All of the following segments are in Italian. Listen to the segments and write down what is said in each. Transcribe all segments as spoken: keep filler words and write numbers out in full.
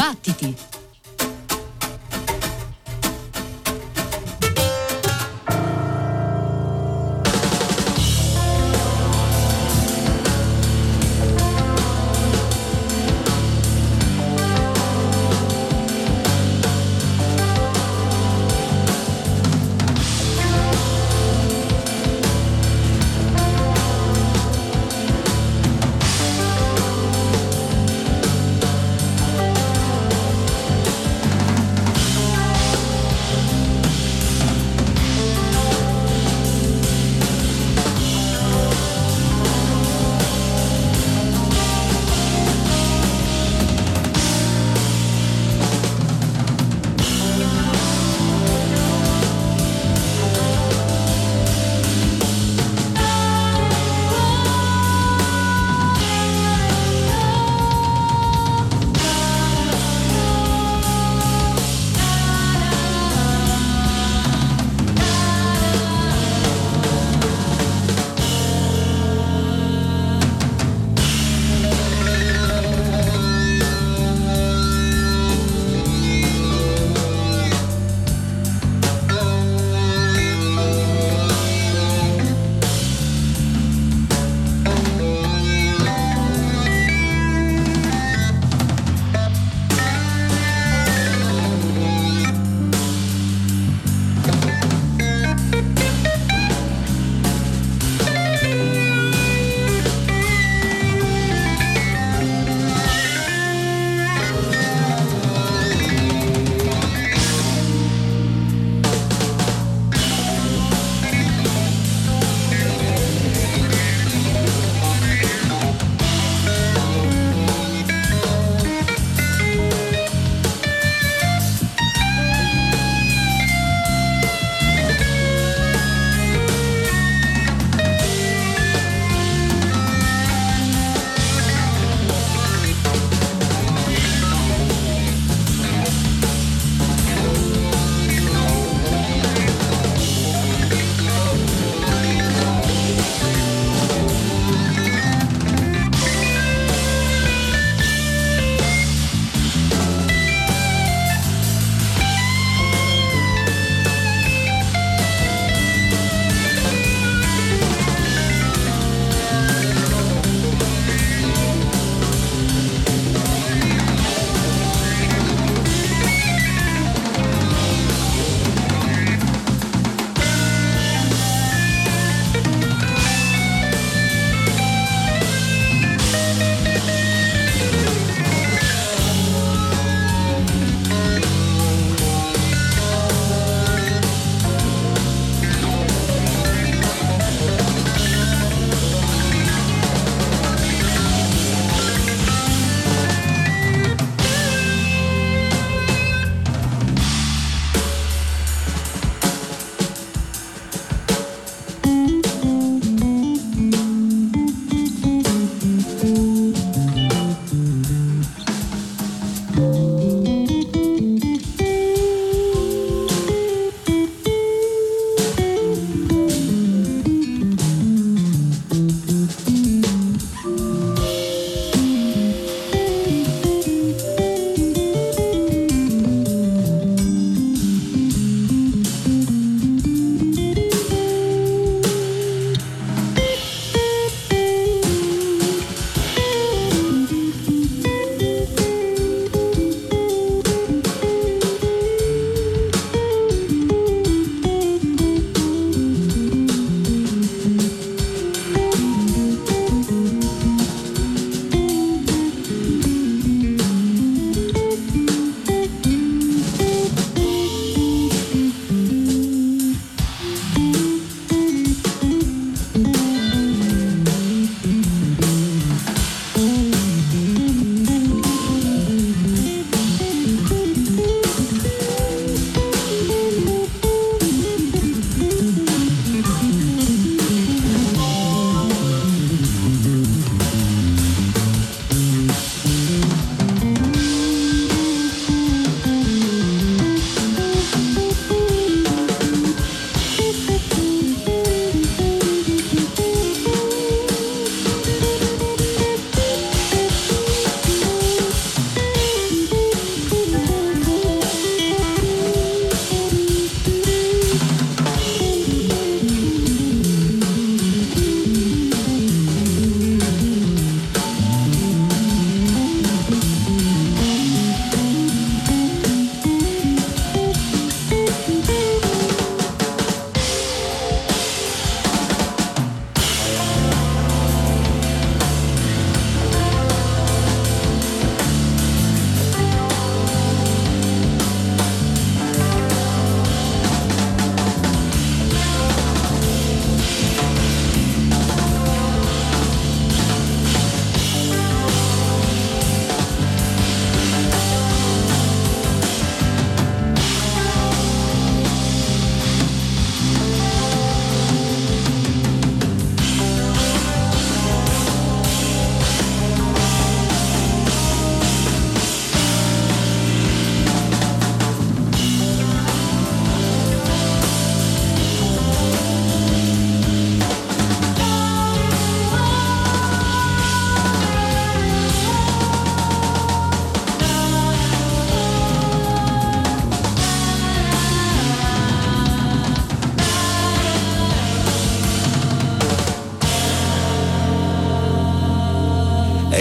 Battiti!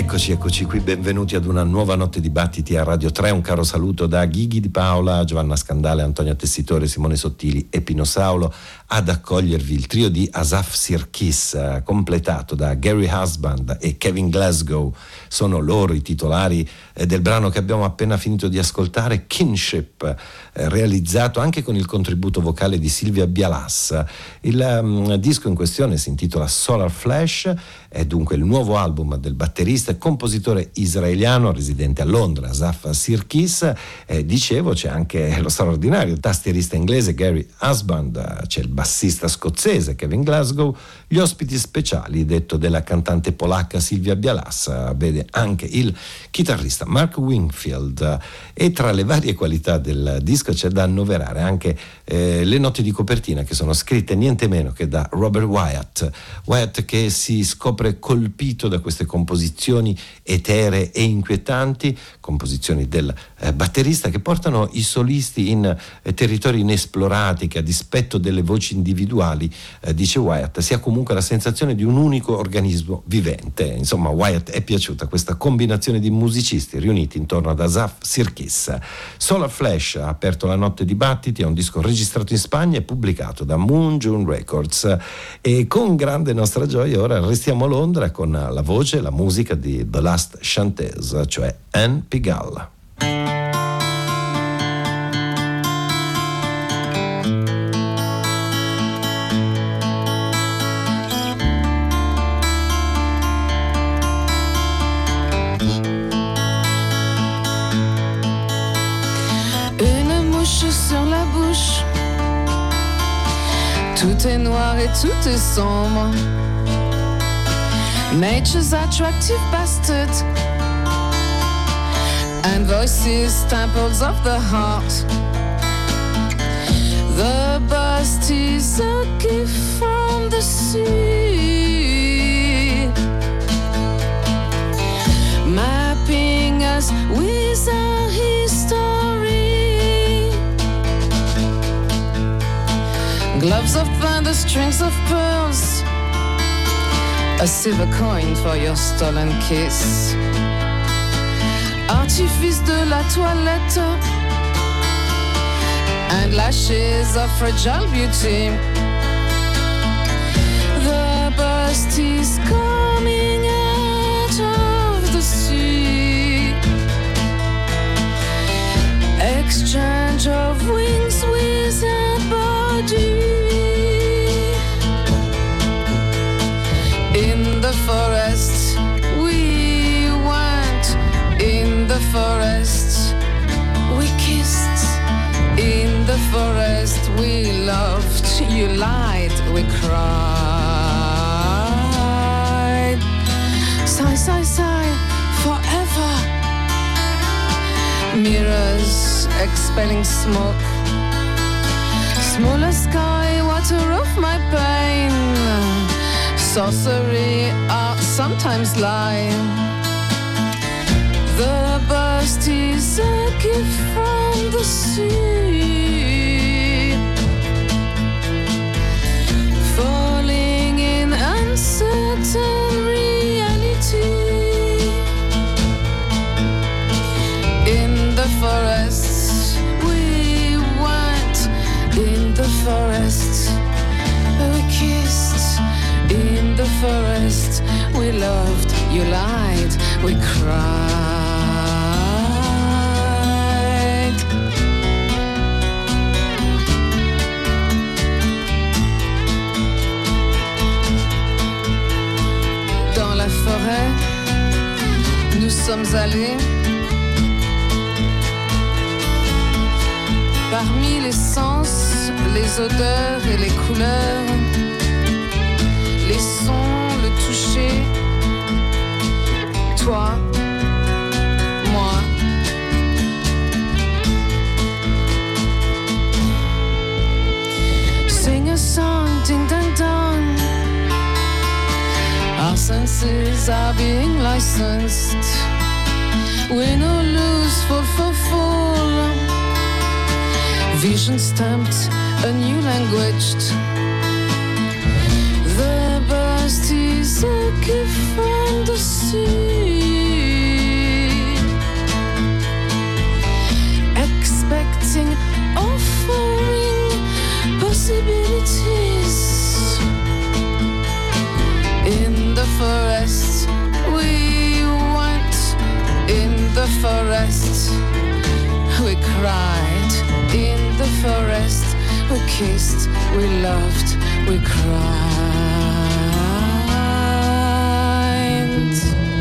Eccoci, eccoci qui, benvenuti ad una nuova notte di battiti a Radio tre. Un caro saluto da Ghighi Di Paola, Giovanna Scandale, Antonio Tessitore, Simone Sottili e Pino Saulo ad accogliervi il trio di Asaf Sirkis, completato da Gary Husband e Kevin Glasgow. Sono loro i titolari del brano che abbiamo appena finito di ascoltare, Kinship, realizzato anche con il contributo vocale di Silvia Bialas. Il um, disco in questione si intitola Solar Flash, è dunque il nuovo album del batterista e compositore israeliano residente a Londra, Asaf Sirkis. Eh, dicevo, c'è anche lo straordinario tastierista inglese Gary Husband, c'è il bassista scozzese Kevin Glasgow, gli ospiti speciali, detto della cantante polacca Silvia Bialas, vede anche il chitarrista Mark Wingfield. E tra le varie qualità del disco c'è da annoverare anche eh, le note di copertina, che sono scritte niente meno che da Robert Wyatt. Wyatt che si scopre colpito da queste composizioni eteree e inquietanti, composizioni del eh, batterista, che portano i solisti in eh, territori inesplorati, che a dispetto delle voci individuali, eh, dice Wyatt, si ha comunque la sensazione di un unico organismo vivente. Insomma, Wyatt è piaciuta questa combinazione di musicisti riuniti intorno ad Asaf Sirkis. Solar Flash ha aperto la notte di battiti, è un disco registrato in Spagna e pubblicato da Moon June Records, e con grande nostra gioia ora restiamo a Londra con la voce e la musica di The Last Chanteuse, cioè Anne Pigalle. Sur la bouche, tout est noir et tout est sombre. Nature's attractive bastard, and voices, temples of the heart. The bust is a gift from the sea, mapping us with our history. Gloves of thunder, strings of pearls, a silver coin for your stolen kiss. Artifice de la toilette and lashes of fragile beauty. The bust is coming out of the sea. Exchange of wings with a body. In the forest we went, in the forest we kissed, in the forest we loved, you lied, we cried. Sigh, sigh, sigh, forever. Mirrors expelling smoke, smaller sky, water of my pain. Sorcery, art sometimes lie. The burst is a gift from the sea, falling in uncertain reality. In the forests we went, in the forest we kissed, in the forest we loved, you lied, we cried. Dans la forêt, nous sommes allés, parmi les sens, les odeurs et les couleurs, les sons, le toucher, toi, moi. Sing a song, ding dang dong. Our senses are being licensed. Win or lose, fall for fall. Vision stamped, a new language. The burst is a gift from the sea. kissed, we loved, we cried.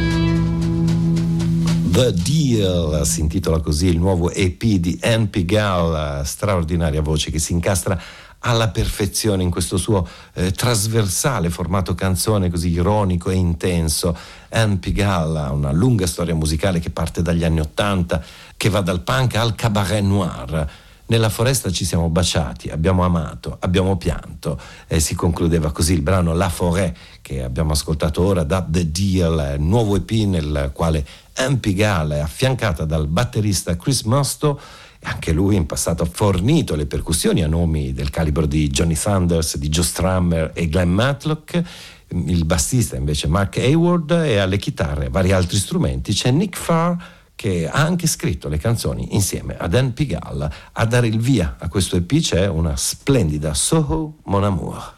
The Deal si intitola così il nuovo E P di Anne Pigalle, straordinaria voce che si incastra alla perfezione in questo suo eh, trasversale formato canzone così ironico e intenso. Anne Pigalle ha una lunga storia musicale che parte dagli anni Ottanta, che va dal punk al cabaret noir. Nella foresta ci siamo baciati, abbiamo amato, abbiamo pianto, e si concludeva così il brano La Forêt che abbiamo ascoltato ora da The Deal, nuovo E P nel quale Anne Pigalle è affiancata dal batterista Chris Musto. Anche lui in passato ha fornito le percussioni a nomi del calibro di Johnny Thunders, di Joe Strummer e Glenn Matlock. Il bassista invece Mark Hayward, e alle chitarre e vari altri strumenti c'è Nick Farr, che ha anche scritto le canzoni insieme ad Anne Pigalle. A dare il via a questo E P c'è una splendida Soho Mon Amour.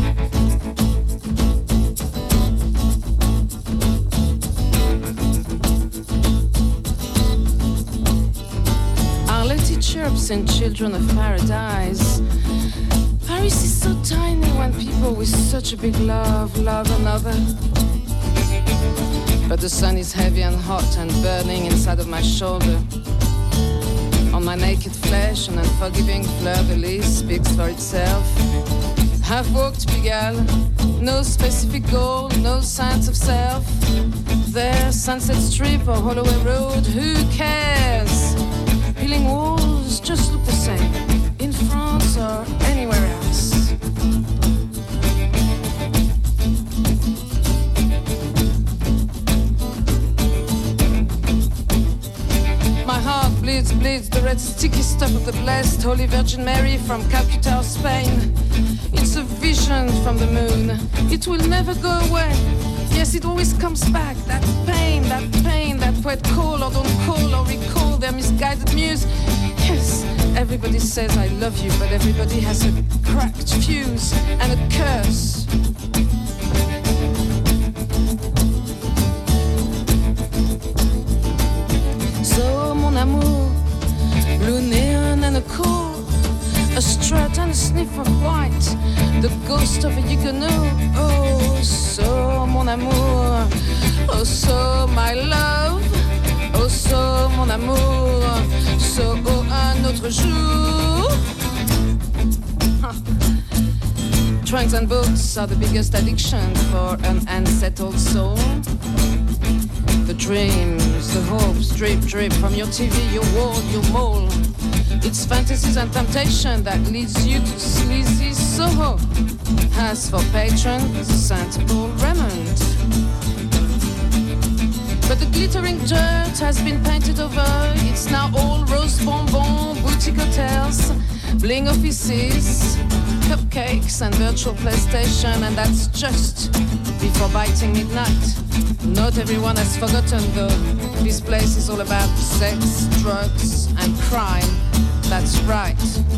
Chirps and children of paradise. Paris is so tiny when people with such a big love love another. But the sun is heavy and hot and burning inside of my shoulder. On my naked flesh, an unforgiving fleur-de-lis speaks for itself. I've walked Pigalle, no specific goal, no sense of self. There, Sunset Strip or Holloway Road, who cares? Peeling walls just look the same in France or anywhere else. My heart bleeds, bleeds the red sticky stuff of the blessed Holy Virgin Mary from Calcutta, Spain. It's a vision from the moon. It will never go away. Yes, it always comes back. That pain, that pain, that poet call or don't call or recall their misguided muse. Yes, everybody says I love you, but everybody has a cracked fuse and a curse. So, mon amour, blue neon and a cool, a strut and a sniff of white, the ghost of a Huguenot. Oh, so mon amour, oh so my love, oh so mon amour, so oh un autre jour. Huh. Trunks and books are the biggest addiction for an unsettled soul. The dreams, the hopes drip, drip from your T V, your wall, your mole. It's fantasies and temptation that leads you to sleazy Soho. As for patrons, Saint Paul Raymond. But the glittering dirt has been painted over. It's now all rose bonbon, boutique hotels, bling offices, cupcakes and virtual PlayStation. And that's just before biting midnight. Not everyone has forgotten though. This place is all about sex, drugs and crime. That's right.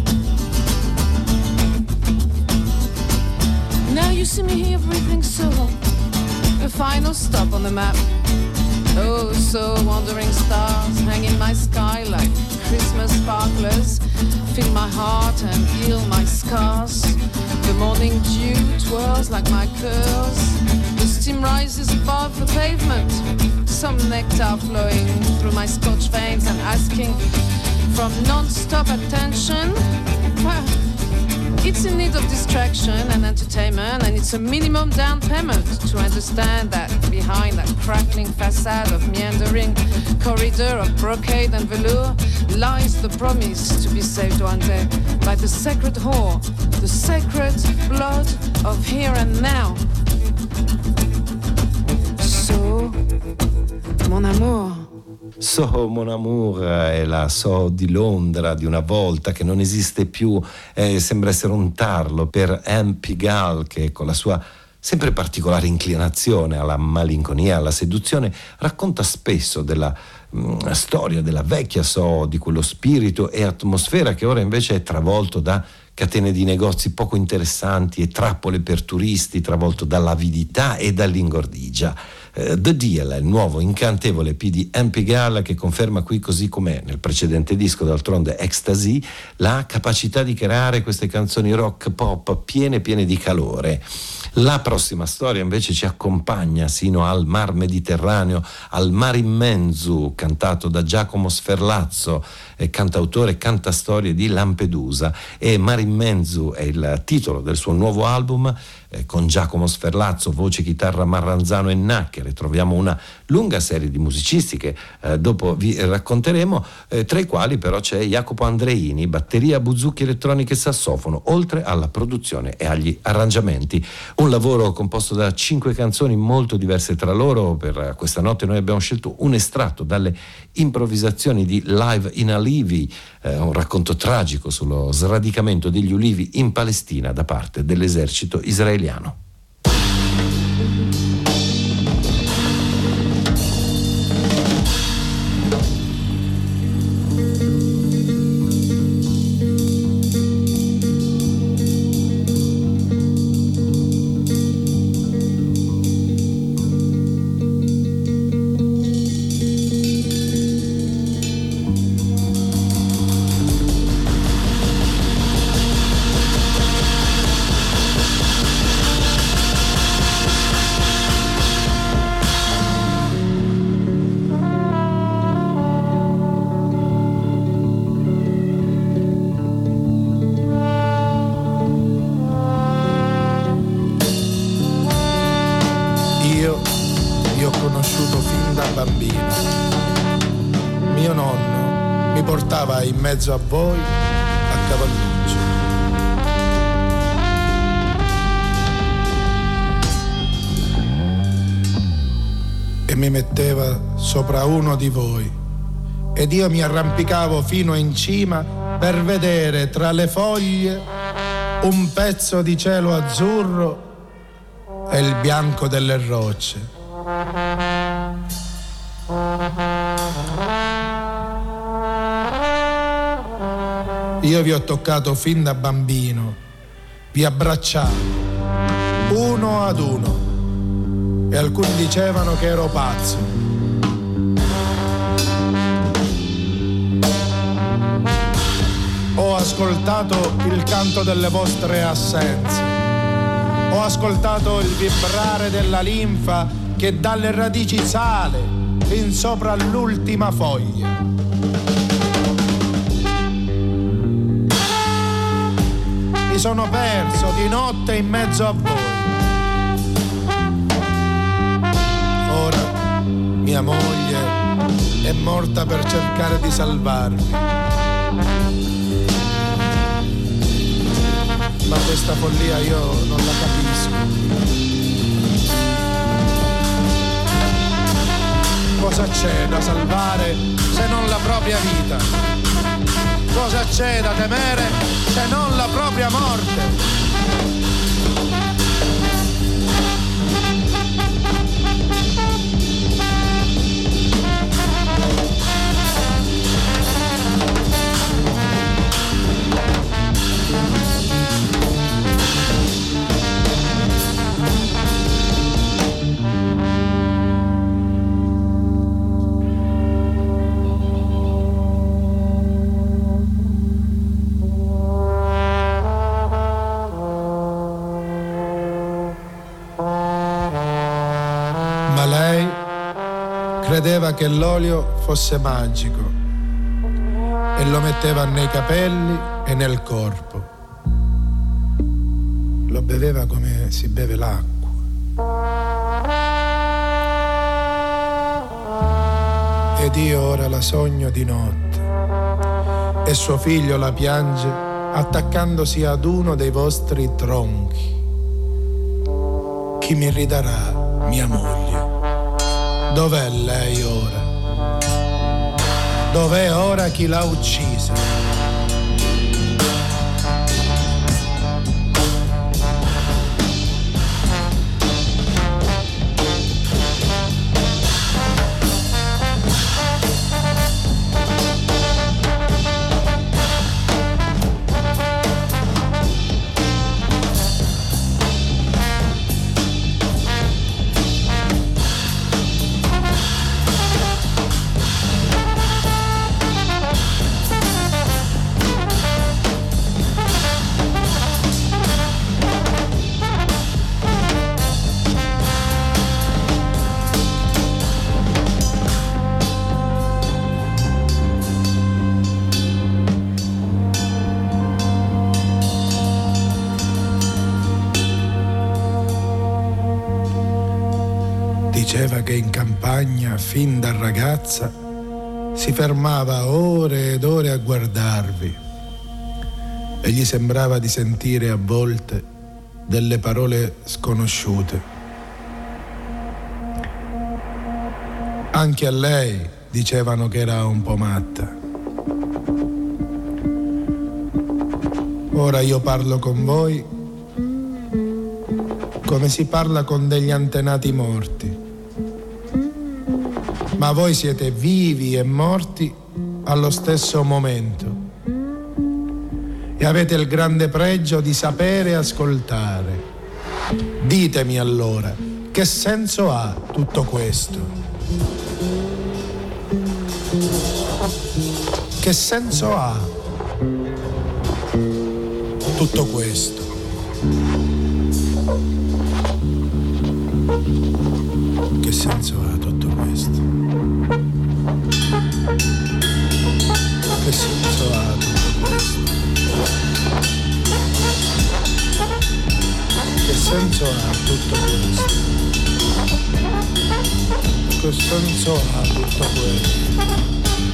Now you see me here breathing Soho, a final stop on the map. Oh, so wandering stars hang in my sky like Christmas sparklers, fill my heart and heal my scars. The morning dew twirls like my curls. The steam rises above the pavement, some nectar flowing through my scotch veins and asking from non-stop attention. Well, it's in need of distraction and entertainment, and it's a minimum down payment to understand that behind that crackling facade of meandering corridor of brocade and velour lies the promise to be saved one day by the sacred whore, the sacred blood of here and now. So, mon amour. Soho Mon Amour è la Soho di Londra di una volta, che non esiste più, eh, sembra essere un tarlo per Anne Pigalle, che con la sua sempre particolare inclinazione alla malinconia, alla seduzione, racconta spesso della mh, storia della vecchia Soho, di quello spirito e atmosfera che ora invece è travolto da catene di negozi poco interessanti e trappole per turisti, travolto dall'avidità e dall'ingordigia. Uh, The Deal è il nuovo incantevole E P di M. Pigalle, che conferma qui, così com'è nel precedente disco, d'altronde Ecstasy, la capacità di creare queste canzoni rock pop piene piene di calore. La prossima storia invece ci accompagna sino al Mar Mediterraneo, al Mar Immensu, cantato da Giacomo Sferlazzo, eh, cantautore e cantastorie di Lampedusa, e Mar Immensu è il titolo del suo nuovo album, eh, con Giacomo Sferlazzo, voce, chitarra, Marranzano e Nacchere. Troviamo una lunga serie di musicisti che eh, dopo vi racconteremo, eh, tra i quali però c'è Jacopo Andreini, batteria, buzucchi, elettronica e sassofono, oltre alla produzione e agli arrangiamenti. Un lavoro composto da cinque canzoni molto diverse tra loro. Per questa notte noi abbiamo scelto un estratto dalle improvvisazioni di Live in Alivi, eh, un racconto tragico sullo sradicamento degli ulivi in Palestina da parte dell'esercito israeliano. In mezzo a voi a cavalluccio. E mi metteva sopra uno di voi ed io mi arrampicavo fino in cima per vedere tra le foglie un pezzo di cielo azzurro e il bianco delle rocce. Io vi ho toccato fin da bambino, vi abbracciavo, uno ad uno, e alcuni dicevano che ero pazzo. Ho ascoltato il canto delle vostre assenze, ho ascoltato il vibrare della linfa che dalle radici sale fin sopra l'ultima foglia. Mi sono perso di notte in mezzo a voi. Ora mia moglie è morta per cercare di salvarmi. Ma questa follia io non la capisco. Cosa c'è da salvare se non la propria vita? Cosa c'è da temere se non la propria morte? Credeva che l'olio fosse magico e lo metteva nei capelli e nel corpo. Lo beveva come si beve l'acqua. Ed io ora la sogno di notte e suo figlio la piange attaccandosi ad uno dei vostri tronchi. Chi mi ridarà mia moglie? Dov'è lei ora? Dov'è ora chi l'ha uccisa? Diceva che in campagna, fin da ragazza, si fermava ore ed ore a guardarvi e gli sembrava di sentire a volte delle parole sconosciute. Anche a lei dicevano che era un po' matta. Ora io parlo con voi come si parla con degli antenati morti, ma voi siete vivi e morti allo stesso momento e avete il grande pregio di sapere e ascoltare. Ditemi allora, che senso ha tutto questo? Che senso ha tutto questo? Che senso ha tutto questo? Che senso ha tutto questo? Che senso ha tutto questo? Che senso ha tutto questo?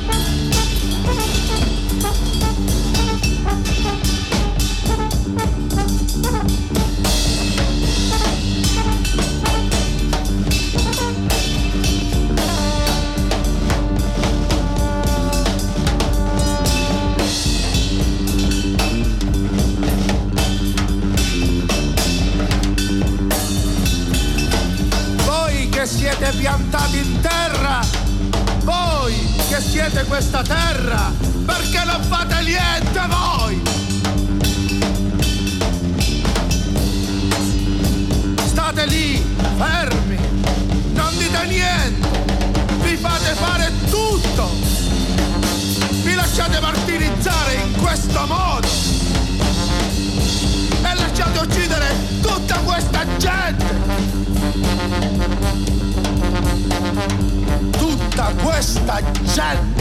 Siete piantati in terra, voi che siete questa terra, perché non fate niente voi? State lì, fermi, non dite niente, vi fate fare tutto, vi lasciate martirizzare in questo modo e lasciate uccidere tutta questa gente. Tutta questa gente.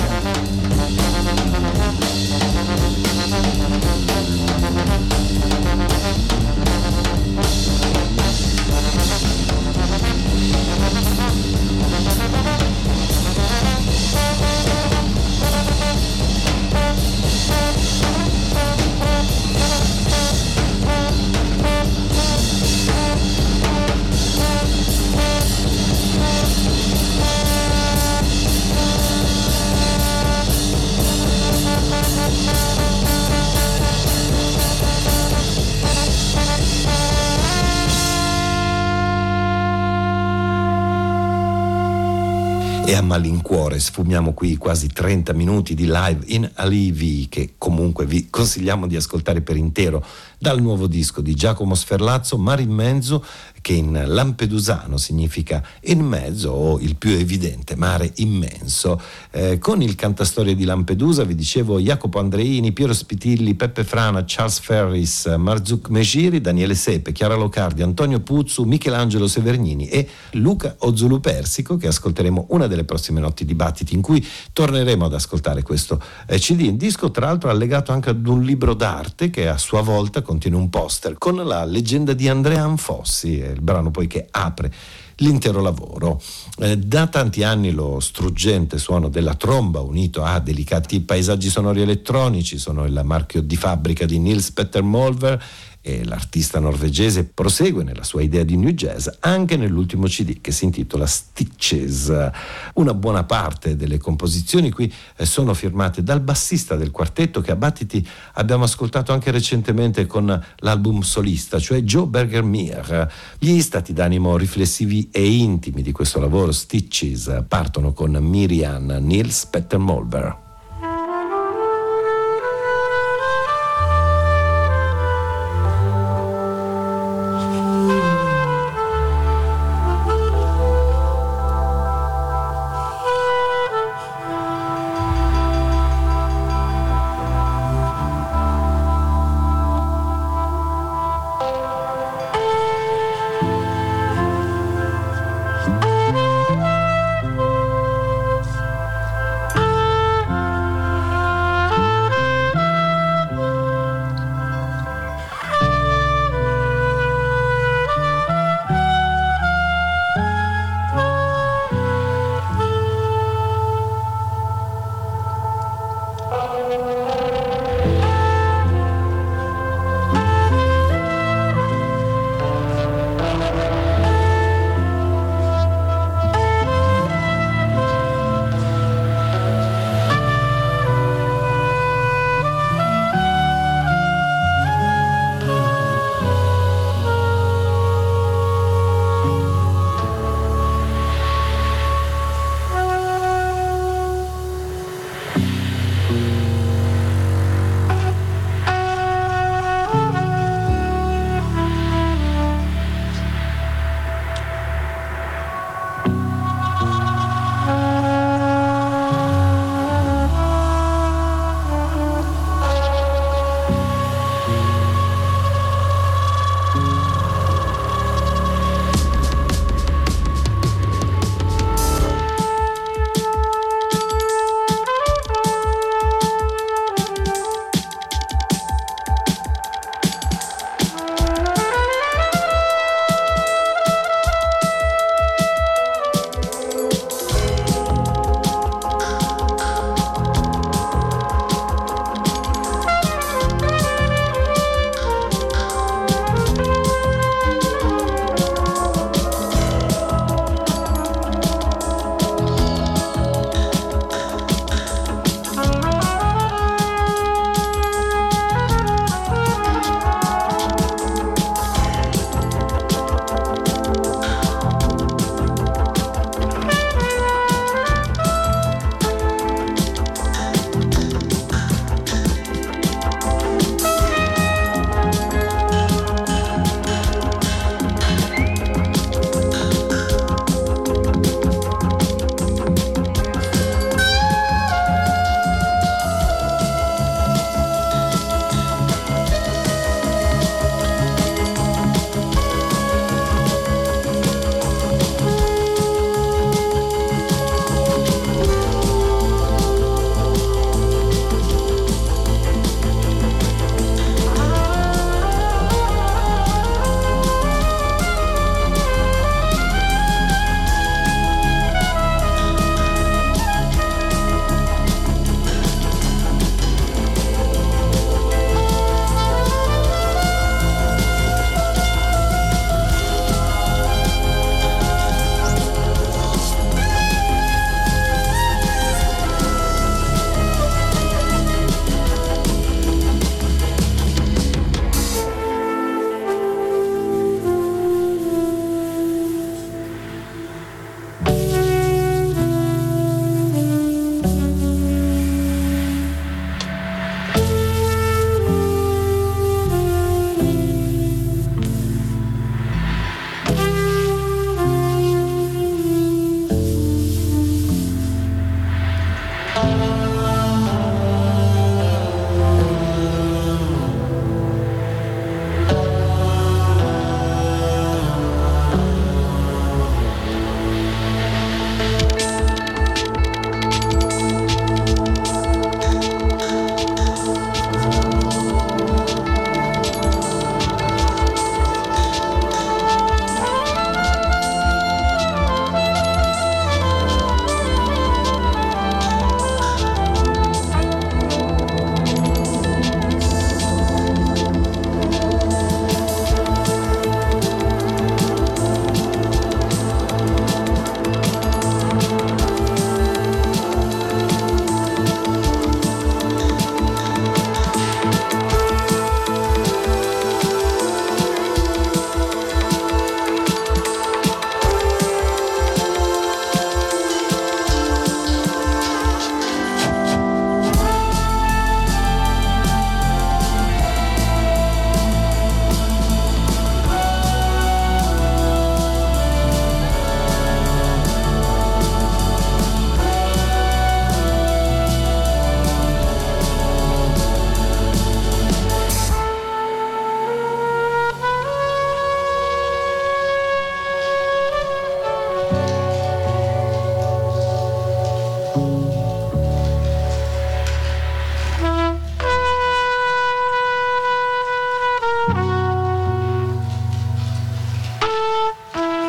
E a malincuore sfumiamo qui quasi trenta minuti di live in Alivi, che comunque vi consigliamo di ascoltare per intero, dal nuovo disco di Giacomo Sferlazzo, Mare in mezzo, che in lampedusano significa in mezzo o il più evidente mare immenso. Eh, con il cantastorie di Lampedusa, vi dicevo, Jacopo Andreini, Piero Spitilli, Peppe Frana, Charles Ferris, Marzuc Megiri, Daniele Sepe, Chiara Locardi, Antonio Puzzu, Michelangelo Severnini e Luca Ozulu Persico, che ascolteremo una delle prossime notti dibattiti, in cui torneremo ad ascoltare questo eh, C D. Il disco, tra l'altro, allegato anche ad un libro d'arte che a sua volta contiene un poster con la leggenda di Andrea Anfossi, il brano poi che apre l'intero lavoro. Eh, da tanti anni lo struggente suono della tromba, unito a delicati paesaggi sonori elettronici, sono il marchio di fabbrica di Nils Petter Molver, e l'artista norvegese prosegue nella sua idea di new jazz anche nell'ultimo C D, che si intitola Stitches. Una buona parte delle composizioni qui sono firmate dal bassista del quartetto, che a Battiti abbiamo ascoltato anche recentemente con l'album solista, cioè Joe Bergermeer. Gli stati d'animo riflessivi e intimi di questo lavoro, Stitches, partono con Miriam Nils Petter Molver.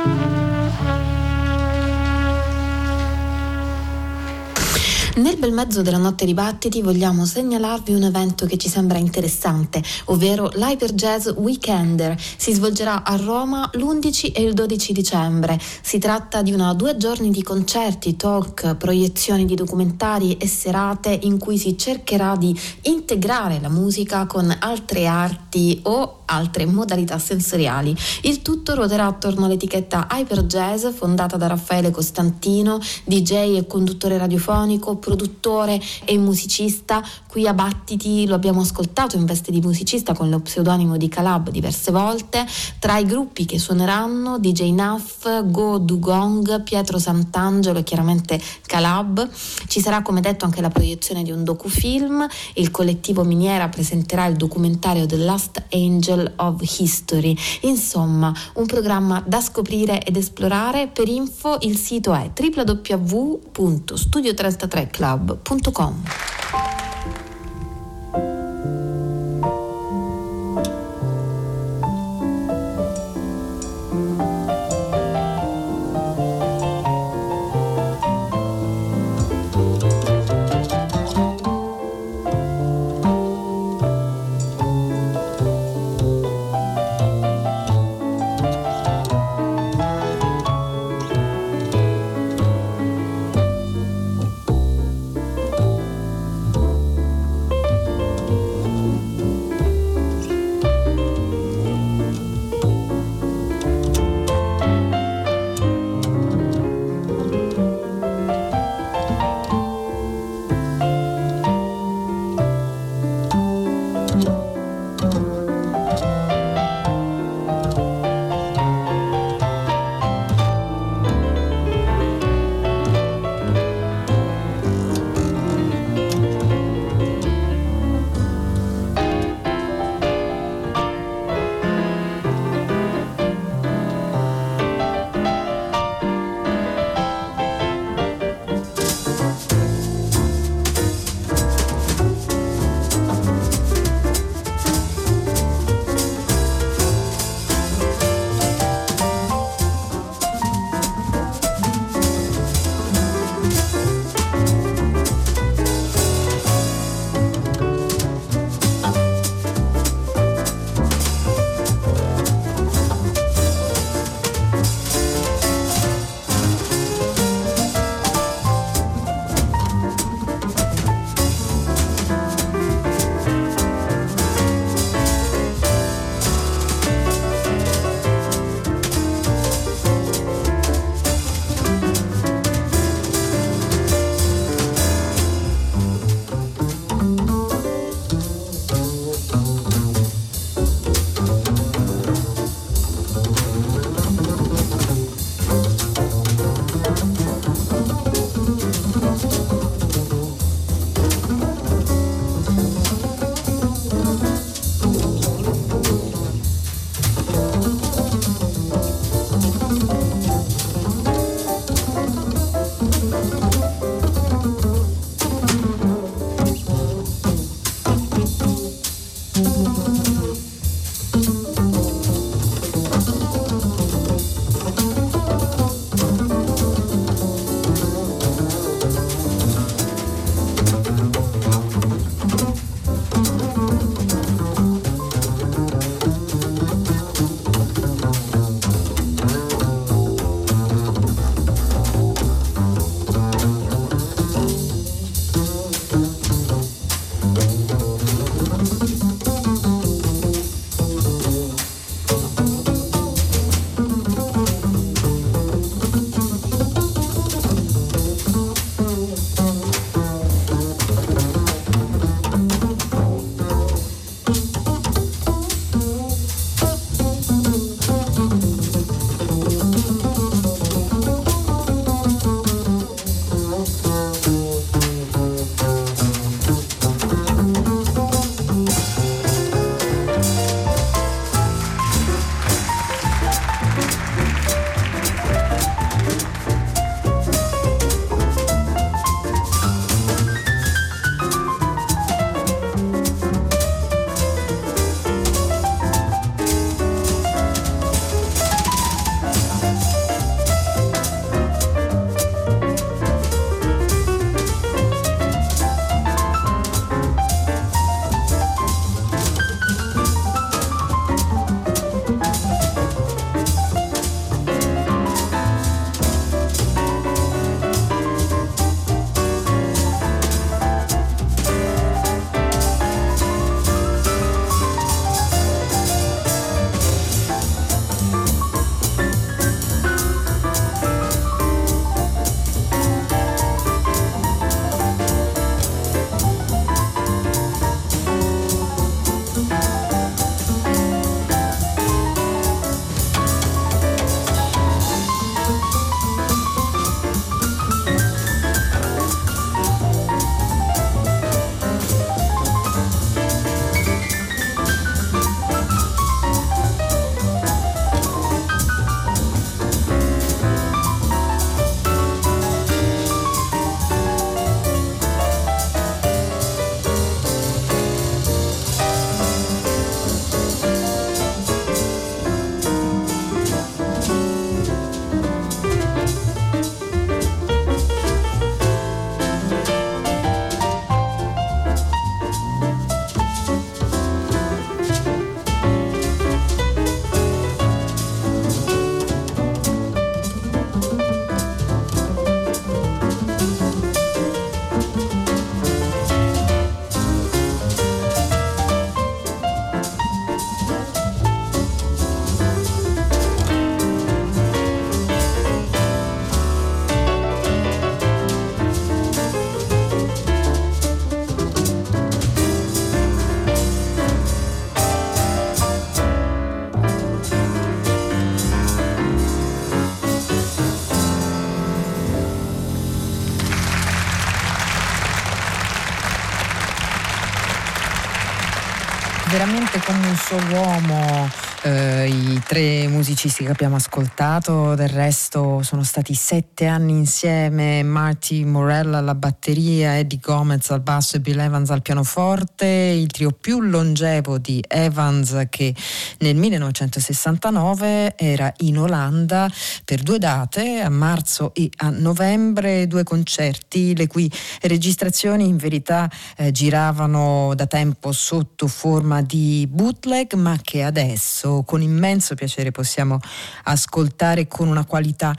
Nel bel mezzo della notte dibattiti vogliamo segnalarvi un evento che ci sembra interessante, ovvero l'Hyper Jazz Weekender. Si svolgerà a Roma l'undici e il dodici dicembre. Si tratta di una due giorni di concerti, talk, proiezioni di documentari e serate in cui si cercherà di integrare la musica con altre arti o altre modalità sensoriali. Il tutto ruoterà attorno all'etichetta Hyper Jazz, fondata da Raffaele Costantino, D J e conduttore radiofonico, produttore e musicista. Qui a Battiti lo abbiamo ascoltato in veste di musicista con lo pseudonimo di Calab diverse volte. Tra i gruppi che suoneranno D J Nuff, Go Dugong, Pietro Sant'Angelo e chiaramente Calab. Ci sarà, come detto, anche la proiezione di un docufilm. Il collettivo Miniera presenterà il documentario The Last Angel of History. Insomma, un programma da scoprire ed esplorare. Per info il sito è w w w punto studio trentatré club punto com. Forte come un solo uomo, eh, i tre musicisti che abbiamo ascoltato, del resto sono stati sette anni insieme: Marty Morella alla batteria, Eddie Gomez al basso e Bill Evans al pianoforte, il trio più longevo di Evans, che nel millenovecentosessantanove era in Olanda per due date, a marzo e a novembre, due concerti le cui registrazioni in verità eh, giravano da tempo sotto forma di bootleg, ma che adesso con immenso piacere possiamo ascoltare con una qualità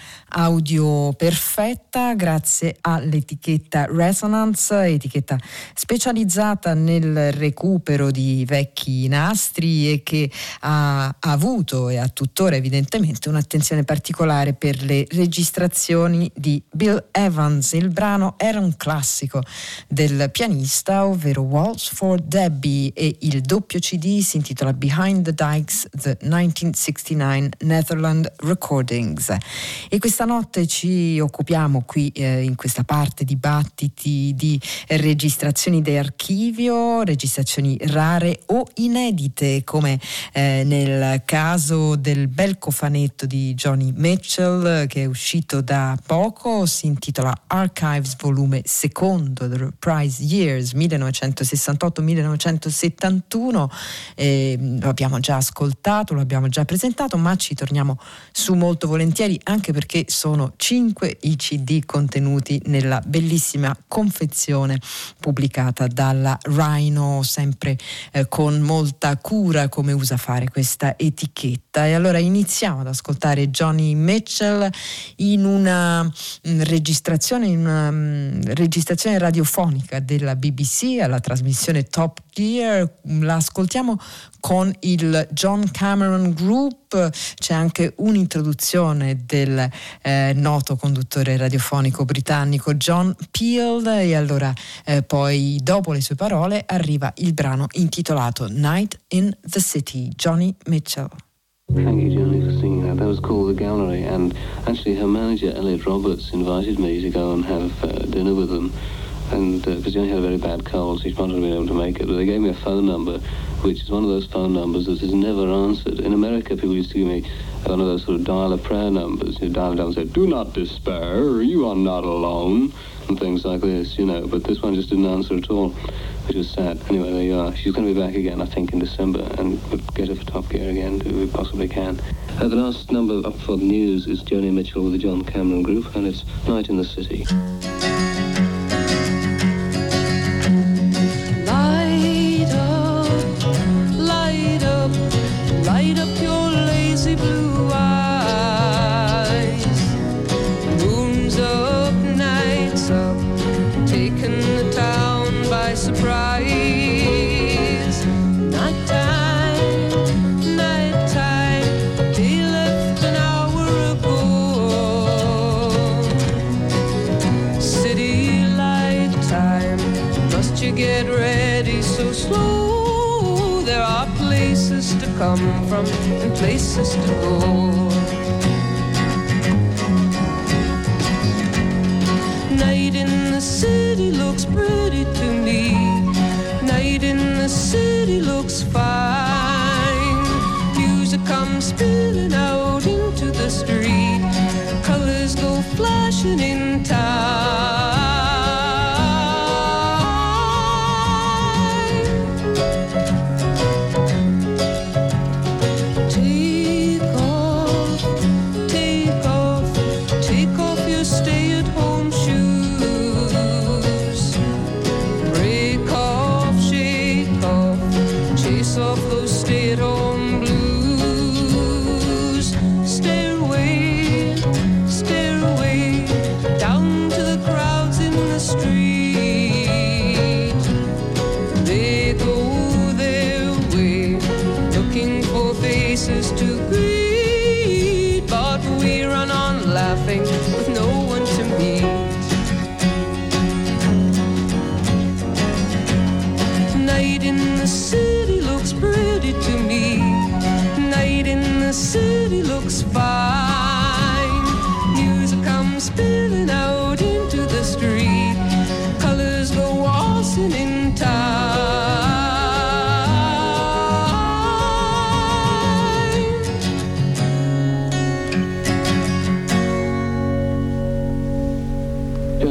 audio perfetta grazie all'etichetta Resonance, etichetta specializzata nel recupero di vecchi nastri e che ha avuto e ha tuttora evidentemente un'attenzione particolare per le registrazioni di Bill Evans. Il brano era un classico del pianista, ovvero Waltz for Debbie, e il doppio C D si intitola Behind the Dykes, The millenovecentosessantanove Netherland Recordings. E questa notte ci occupiamo qui eh, in questa parte di battiti di registrazioni d'archivio, registrazioni rare o inedite, come eh, nel caso del bel cofanetto di Joni Mitchell che è uscito da poco, si intitola Archives volume secondo, The Reprise Years millenovecentosessantotto millenovecentosettantuno. Eh, lo abbiamo già ascoltato, lo abbiamo già presentato, ma ci torniamo su molto volentieri, anche perché sono cinque i C D contenuti nella bellissima confezione pubblicata dalla Rhino, sempre eh, con molta cura, come usa fare questa etichetta. E allora iniziamo ad ascoltare Joni Mitchell in una mh, registrazione in una mh, registrazione radiofonica della B B C alla trasmissione Top Gear. La ascoltiamo con il John Cameron Group. C'è anche un'introduzione del eh, noto conduttore radiofonico britannico John Peel, e allora eh, poi dopo le sue parole arriva il brano intitolato Night in the City, Joni Mitchell. Thank you, Johnny, for singing that. That was called The Gallery, and actually her manager, Elliot Roberts, invited me to go and have uh, dinner with them, and because uh, Johnny had a very bad cold, so she wanted to be able to make it, but they gave me a phone number, which is one of those phone numbers that is never answered. In America, people used to give me one of those sort of dial-a-prayer numbers. You dial down and say, do not despair, you are not alone, and things like this, you know, but this one just didn't answer at all, which was sad. Anyway, there you are. She's going to be back again, I think, in December, and we'll get her for Top Gear again, if we possibly can. Uh, the last number up for the news is Joni Mitchell with the John Cameron Group, and it's Night in the City. Light up, light up, light up your lazy blue eyes. Moon's up, night's up, taking the town by surprise. Nighttime, nighttime, they left an hour ago. City light time, must you get ready so slow? There are places to come from and places to go. Night in the city looks pretty to me. Night in the city looks fine. Music comes spilling out into the street. Colors go flashing in time. Take off, take off, take off your stay-at-home shoes. Break off, shake off, chase off those stay-at-home blues. Stairway, stairway, down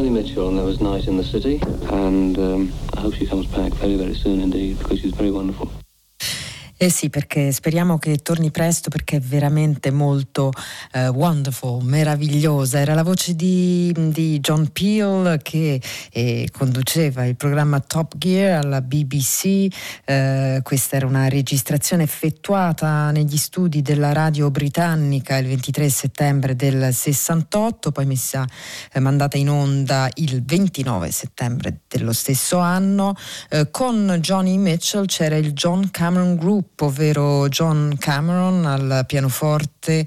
Joni Mitchell, and that was Night in the City. And um, I hope she comes back very, very soon indeed, because she's very wonderful. Eh sì, perché speriamo che torni presto, perché è veramente molto uh, wonderful, meravigliosa. Era la voce di, di John Peel che eh, conduceva il programma Top Gear alla B B C. Uh, questa era una registrazione effettuata negli studi della radio britannica il ventitré settembre del sessantotto, poi messa, eh, mandata in onda il ventinove settembre dello stesso anno. Uh, con Joni Mitchell c'era il John Cameron Group, ovvero John Cameron al pianoforte,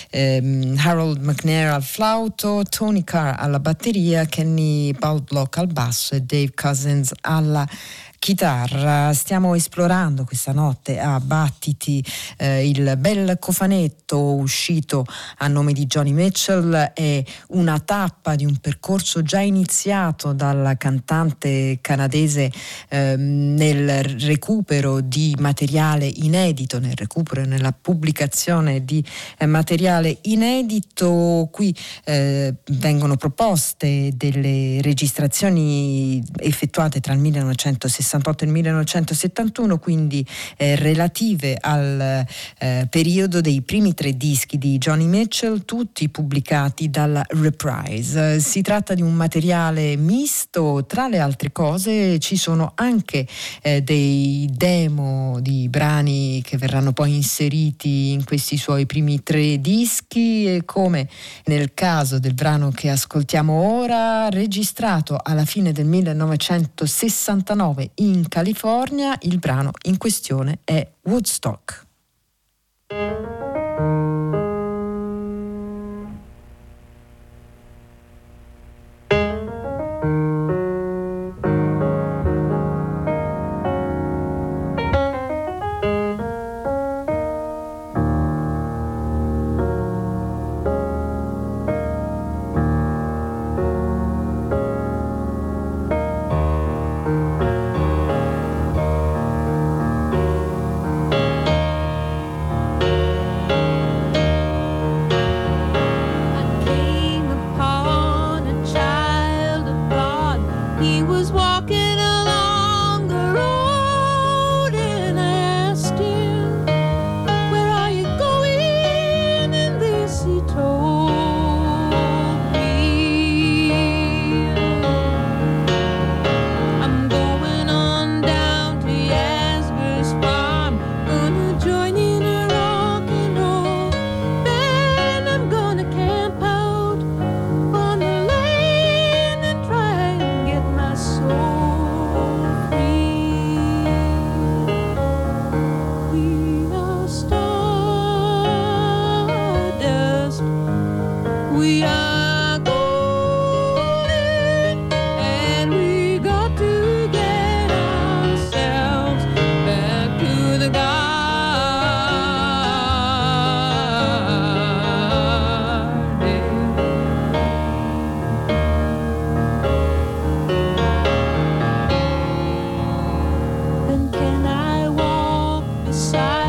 ehm, Harold McNair al flauto, Tony Carr alla batteria, Kenny Baldock al basso e Dave Cousins alla chitarra. Stiamo esplorando questa notte a Battiti eh, il bel cofanetto uscito a nome di Joni Mitchell. È una tappa di un percorso già iniziato dalla cantante canadese eh, nel recupero di materiale inedito, nel recupero e nella pubblicazione di eh, materiale inedito. Qui eh, vengono proposte delle registrazioni effettuate tra il millenovecentosessantotto e il millenovecentosettantuno, quindi eh, relative al eh, periodo dei primi tre dischi di Joni Mitchell, tutti pubblicati dalla Reprise. Si tratta di un materiale misto, tra le altre cose ci sono anche eh, dei demo di brani che verranno poi inseriti in questi suoi primi tre dischi, e come nel caso del brano che ascoltiamo ora, registrato alla fine del millenovecentosessantanove in California. Il brano in questione è Woodstock.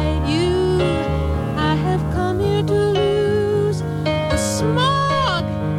Smog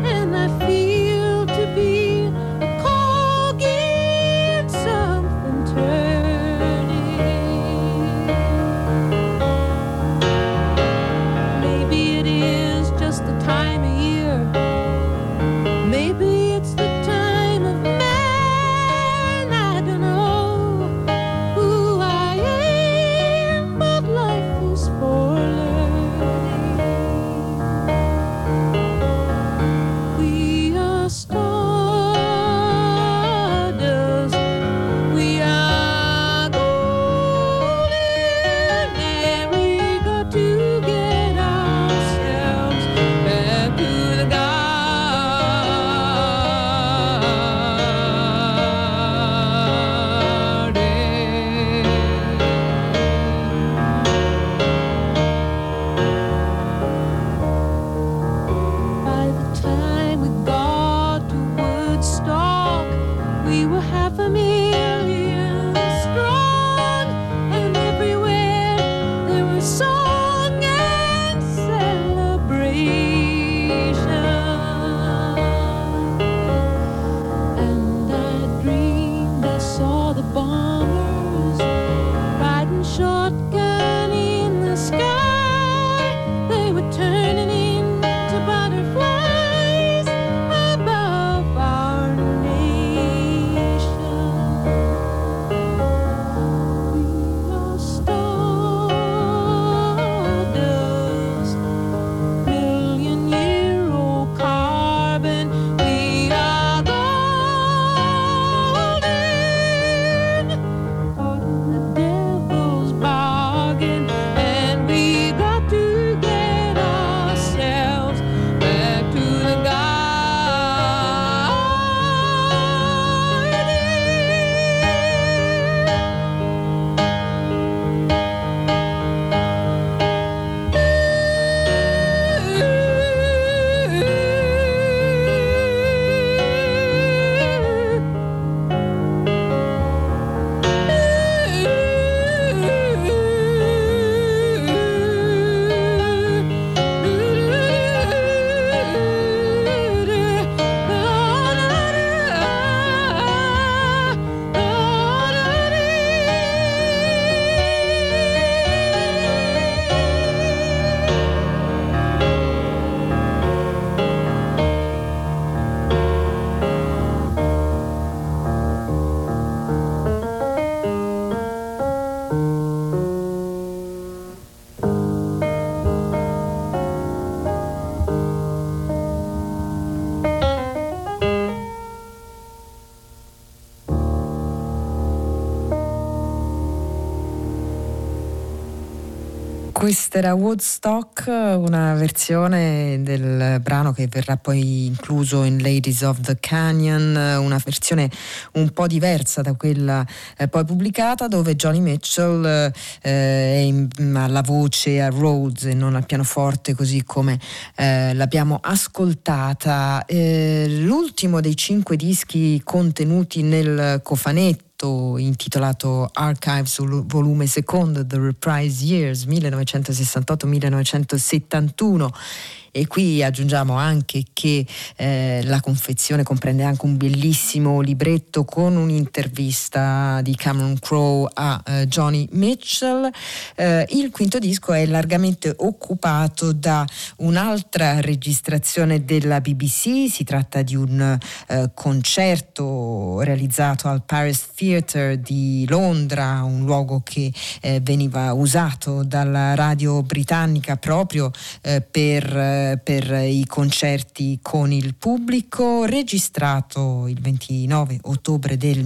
Questa era Woodstock, una versione del brano che verrà poi incluso in Ladies of the Canyon, una versione un po' diversa da quella eh, poi pubblicata, dove Joni Mitchell eh, è in, alla voce, a Rhodes e non al pianoforte, così come eh, l'abbiamo ascoltata. Eh, l'ultimo dei cinque dischi contenuti nel cofanetto intitolato Archives volume secondo, The Reprise Years millenovecentosessantotto millenovecentosettantuno, e qui aggiungiamo anche che eh, la confezione comprende anche un bellissimo libretto con un'intervista di Cameron Crowe a eh, Joni Mitchell. Eh, il quinto disco è largamente occupato da un'altra registrazione della B B C, si tratta di un eh, concerto realizzato al Paris Theatre di Londra, un luogo che eh, veniva usato dalla radio britannica proprio eh, per eh, per i concerti con il pubblico, registrato il ventinove ottobre del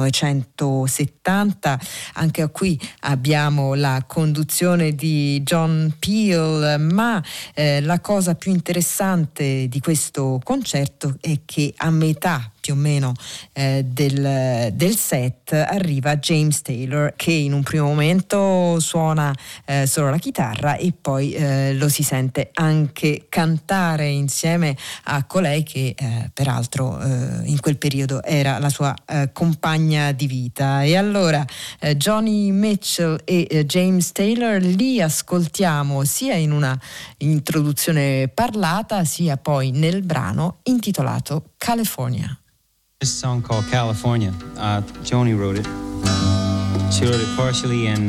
millenovecentosettanta. Anche qui abbiamo la conduzione di John Peel, ma eh, la cosa più interessante di questo concerto è che a metà più o meno eh, del, del set arriva James Taylor, che in un primo momento suona eh, solo la chitarra e poi eh, lo si sente anche cantare insieme a colei che eh, peraltro eh, in quel periodo era la sua eh, compagna di vita. E allora eh, Joni Mitchell e eh, James Taylor li ascoltiamo sia in una introduzione parlata sia poi nel brano intitolato California. This song called California, uh, Joni wrote it. She wrote it partially in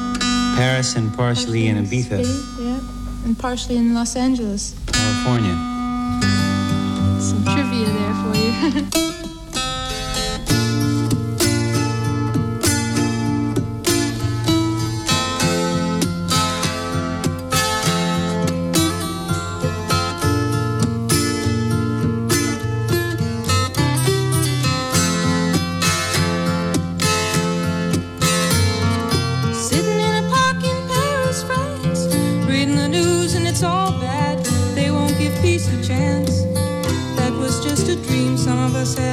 Paris and partially in Ibiza. Yeah, and partially in Los Angeles. California. Some trivia there for you. It's all bad, they won't give peace a chance. That was just a dream some of us had.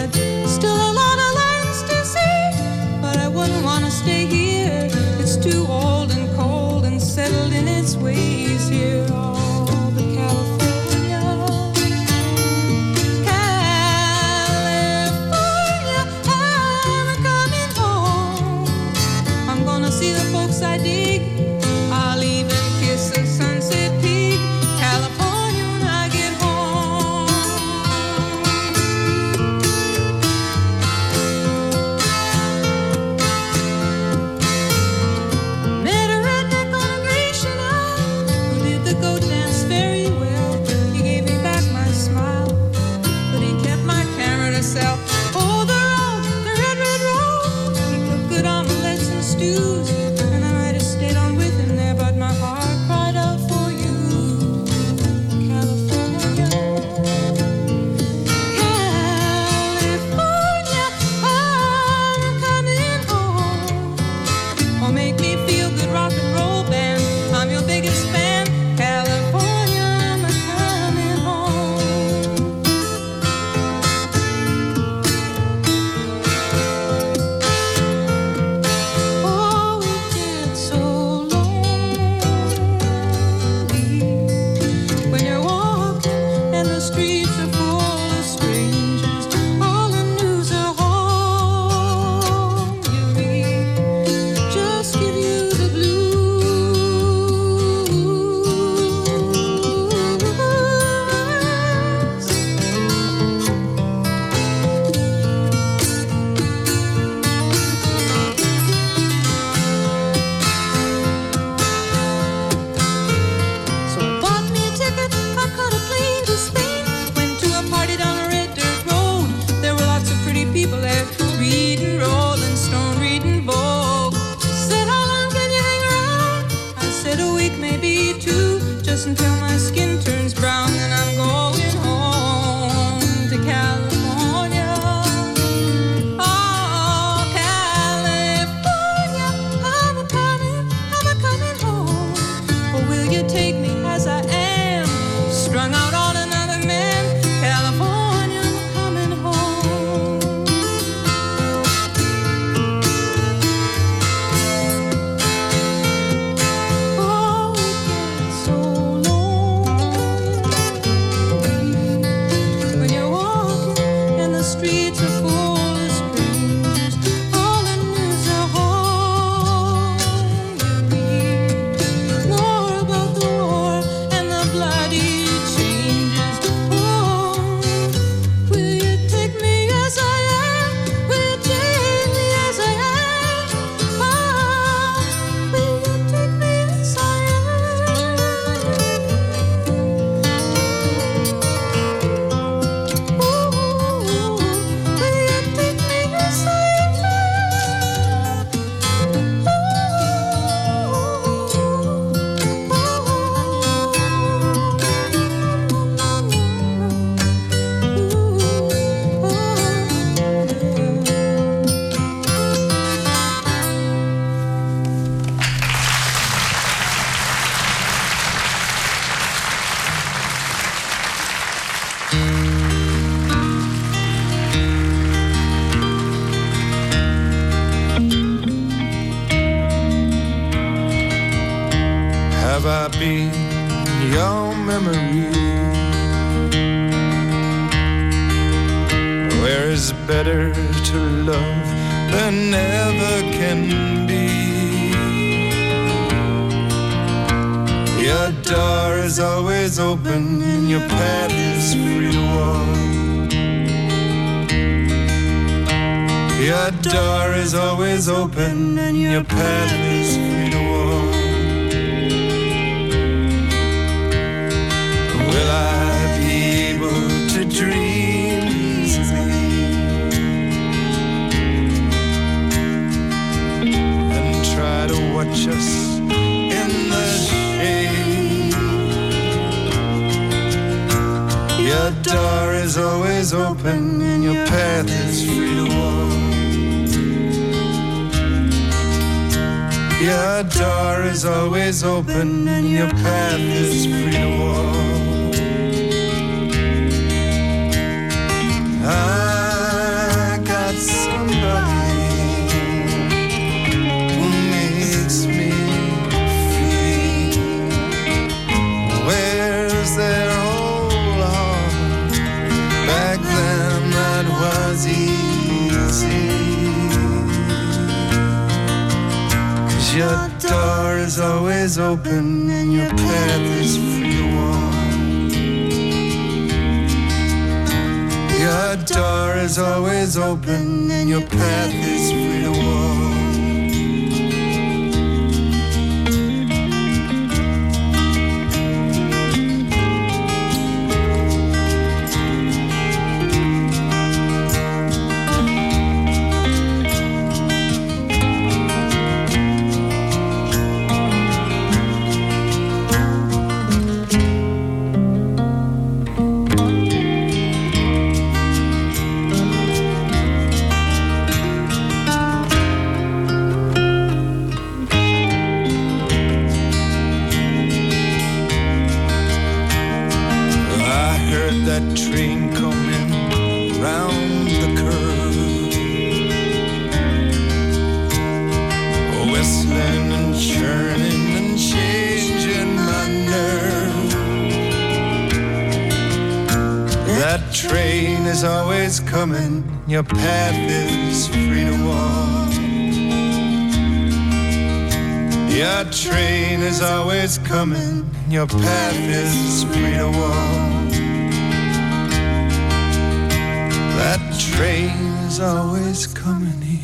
is better to love than ever can be. Your door is always open and your path is free to walk. Your door is always open and your path is free to walk. Will I be able to dream easily and try to watch us in the shade? Your door is always open and your path is free to walk. Your door is always open and your path is free to walk. I got somebody who makes me free. Where's their whole heart? Back then that was easy. Your door is always open and your path is free to walk. Your door is always open and your path is free to walk. Coming, your path is free to walk. Your train is always coming, your path is free to walk. That train is always coming here.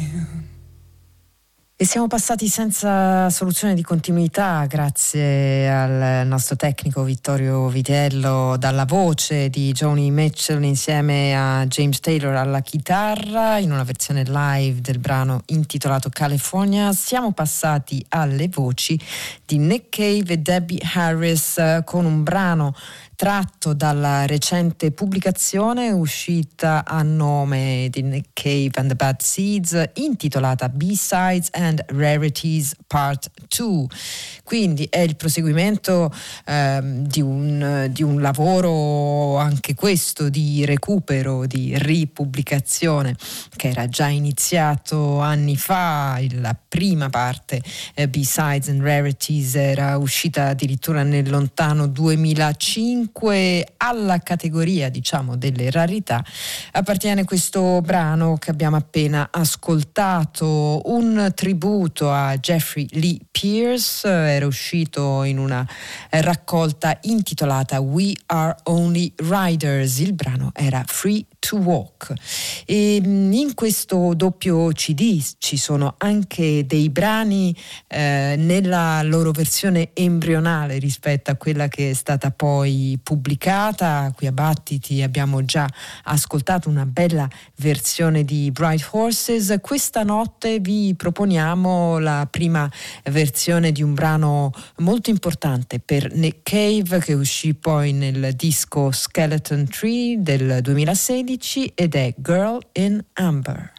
E siamo passati senza soluzione di continuità grazie al nostro tecnico Vittorio Vitello, dalla voce di Joni Mitchell insieme a James Taylor alla chitarra in una versione live del brano intitolato California. Siamo passati alle voci di Nick Cave e Debbie Harris con un brano tratto dalla recente pubblicazione uscita a nome di Nick Cave and the Bad Seeds intitolata B-Sides and Rarities Part due. Quindi è il proseguimento ehm, di, un, di un lavoro anche questo di recupero, di ripubblicazione che era già iniziato anni fa. La prima parte eh, B-Sides and Rarities era uscita addirittura nel lontano duemilacinque. Alla categoria, diciamo, delle rarità appartiene questo brano che abbiamo appena ascoltato, un tributo a Jeffrey Lee Pierce. Era uscito in una raccolta intitolata We Are Only Riders. Il brano era Free to Walk. E in questo doppio C D ci sono anche dei brani eh, nella loro versione embrionale rispetto a quella che è stata poi pubblicata. Qui a Battiti abbiamo già ascoltato una bella versione di Bright Horses. Questa notte vi proponiamo la prima versione di un brano molto importante per Nick Cave che uscì poi nel disco Skeleton Tree del duemilasedici ed è Girl in Amber.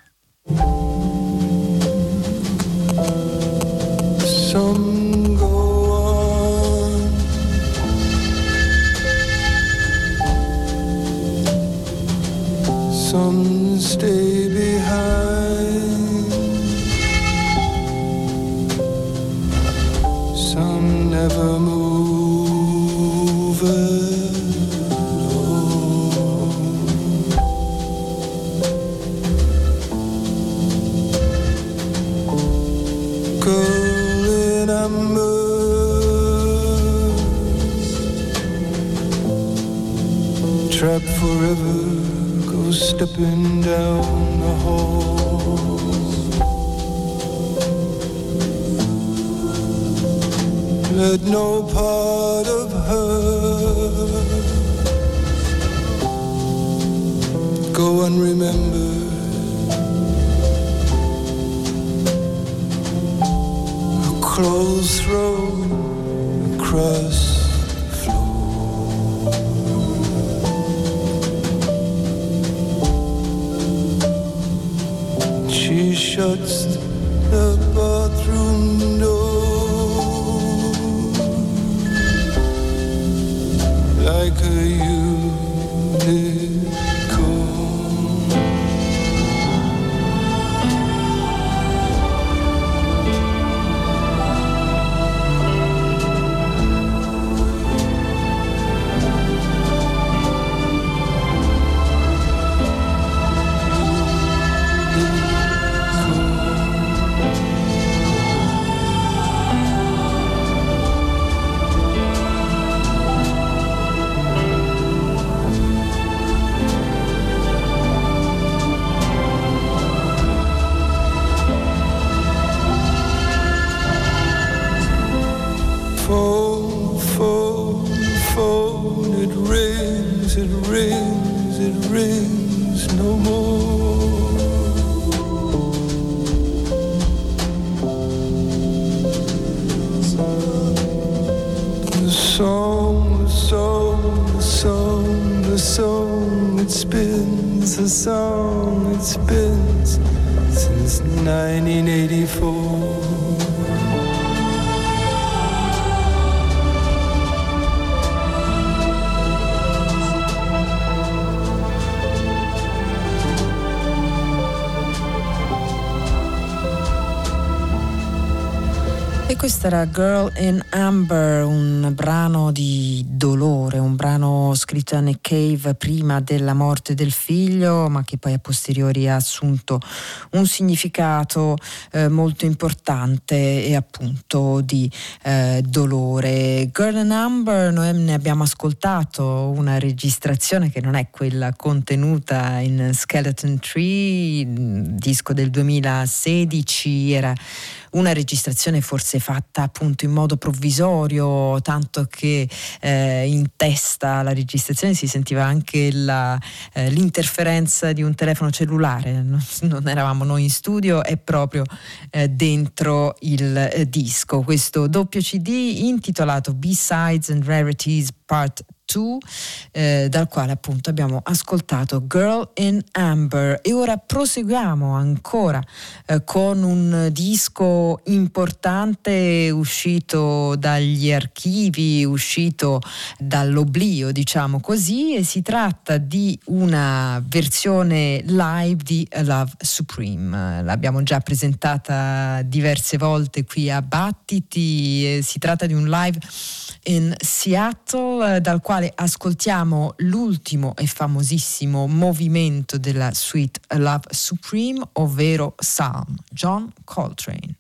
Some go on, some stay behind, some never move at all. trapped forever, go stepping down the hall. Let no part of her go unremembered. Her clothes thrown across the floor. She shuts the bathroom door like a unicorn. Phone, phone, phone, it rings, it rings, it rings no more. The song, the song, the song, the song, it spins, the song, it spins since nineteen eighty-four. E questa era Girl in Amber, un brano di dolore, un brano scritto da Nick Cave prima della morte del figlio, ma che poi a posteriori ha assunto un significato eh, molto importante e appunto di eh, dolore. Girl in Amber, noi ne abbiamo ascoltato una registrazione che non è quella contenuta in Skeleton Tree, disco del duemilasedici, era una registrazione forse fatta appunto in modo provvisorio, tanto che eh, in testa alla registrazione si sentiva anche la, eh, l'interferenza di un telefono cellulare. Non, non eravamo noi in studio, è proprio eh, dentro il eh, disco. Questo doppio C D intitolato B-Sides and Rarities Part due, eh, dal quale appunto abbiamo ascoltato Girl in Amber. E ora proseguiamo ancora eh, con un disco importante uscito dagli archivi, uscito dall'oblio, diciamo così, e si tratta di una versione live di Love Supreme. L'abbiamo già presentata diverse volte qui a Battiti, e si tratta di un live in Seattle, dal quale ascoltiamo l'ultimo e famosissimo movimento della suite Love Supreme, ovvero Psalm, John Coltrane.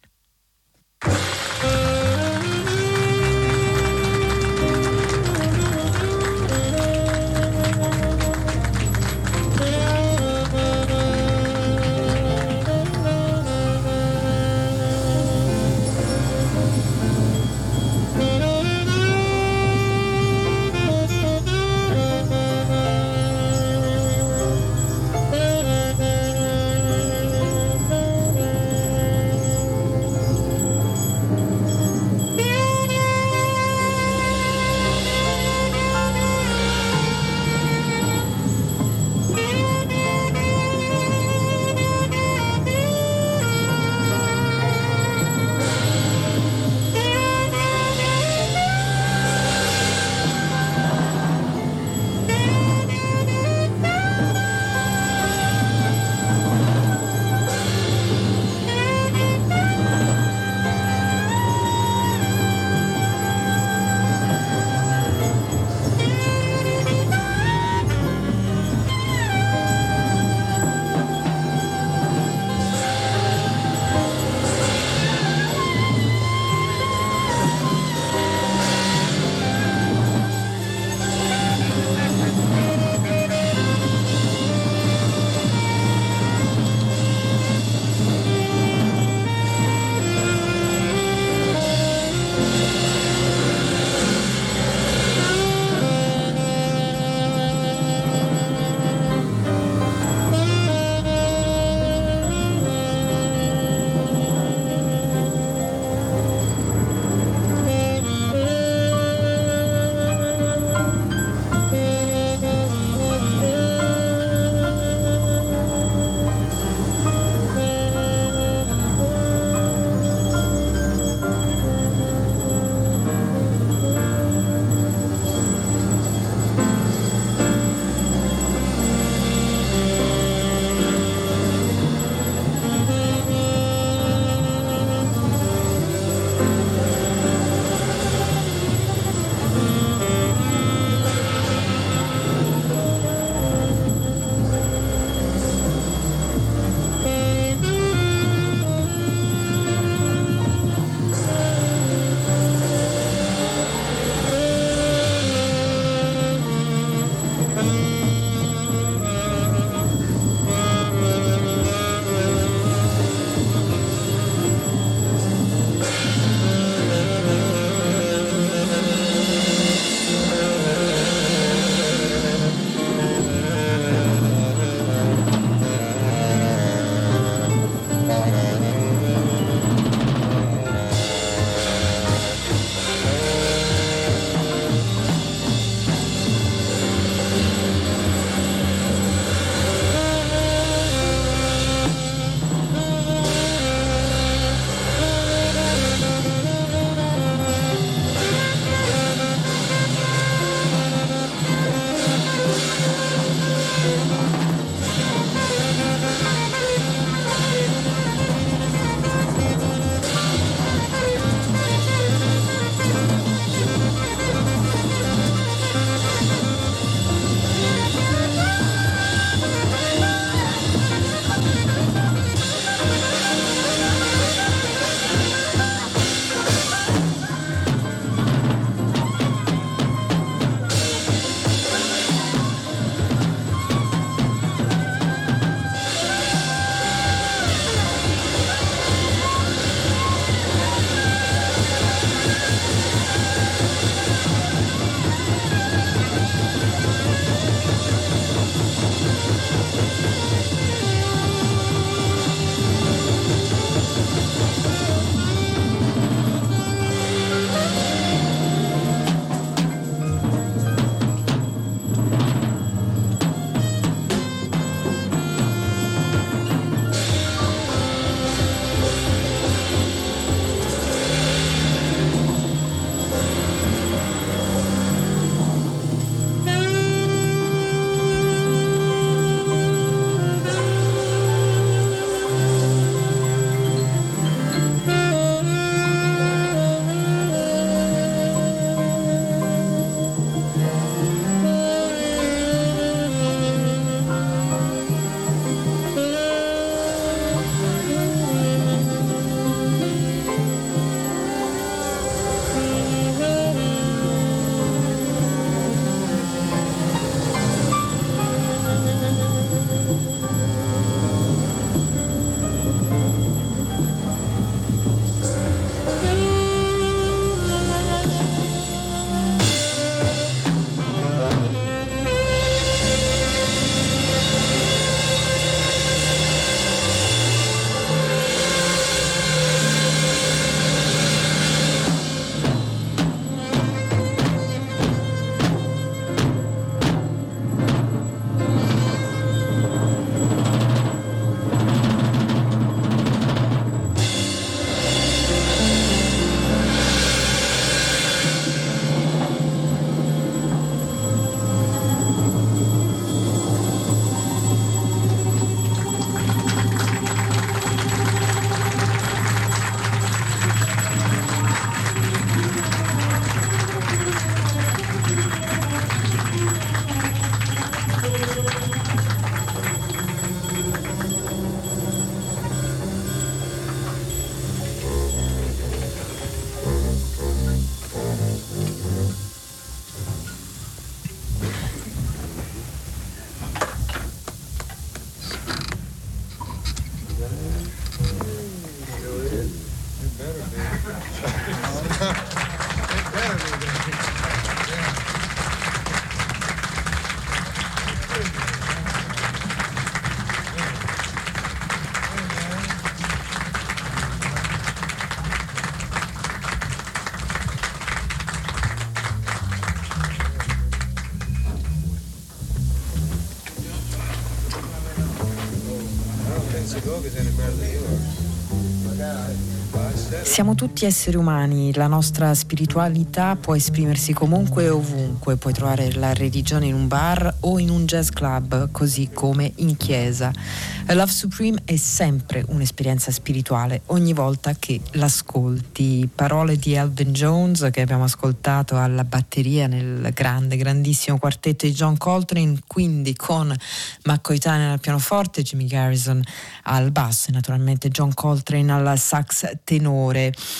Siamo tutti esseri umani, la nostra spiritualità può esprimersi comunque e ovunque, puoi trovare la religione in un bar o in un jazz club, così come in chiesa. A Love Supreme è sempre un'esperienza spirituale, ogni volta che l'ascolti. Parole di Elvin Jones, che abbiamo ascoltato alla batteria nel grande, grandissimo quartetto di John Coltrane, quindi con McCoy Tyner al pianoforte, Jimmy Garrison al basso e naturalmente John Coltrane al sax tenore.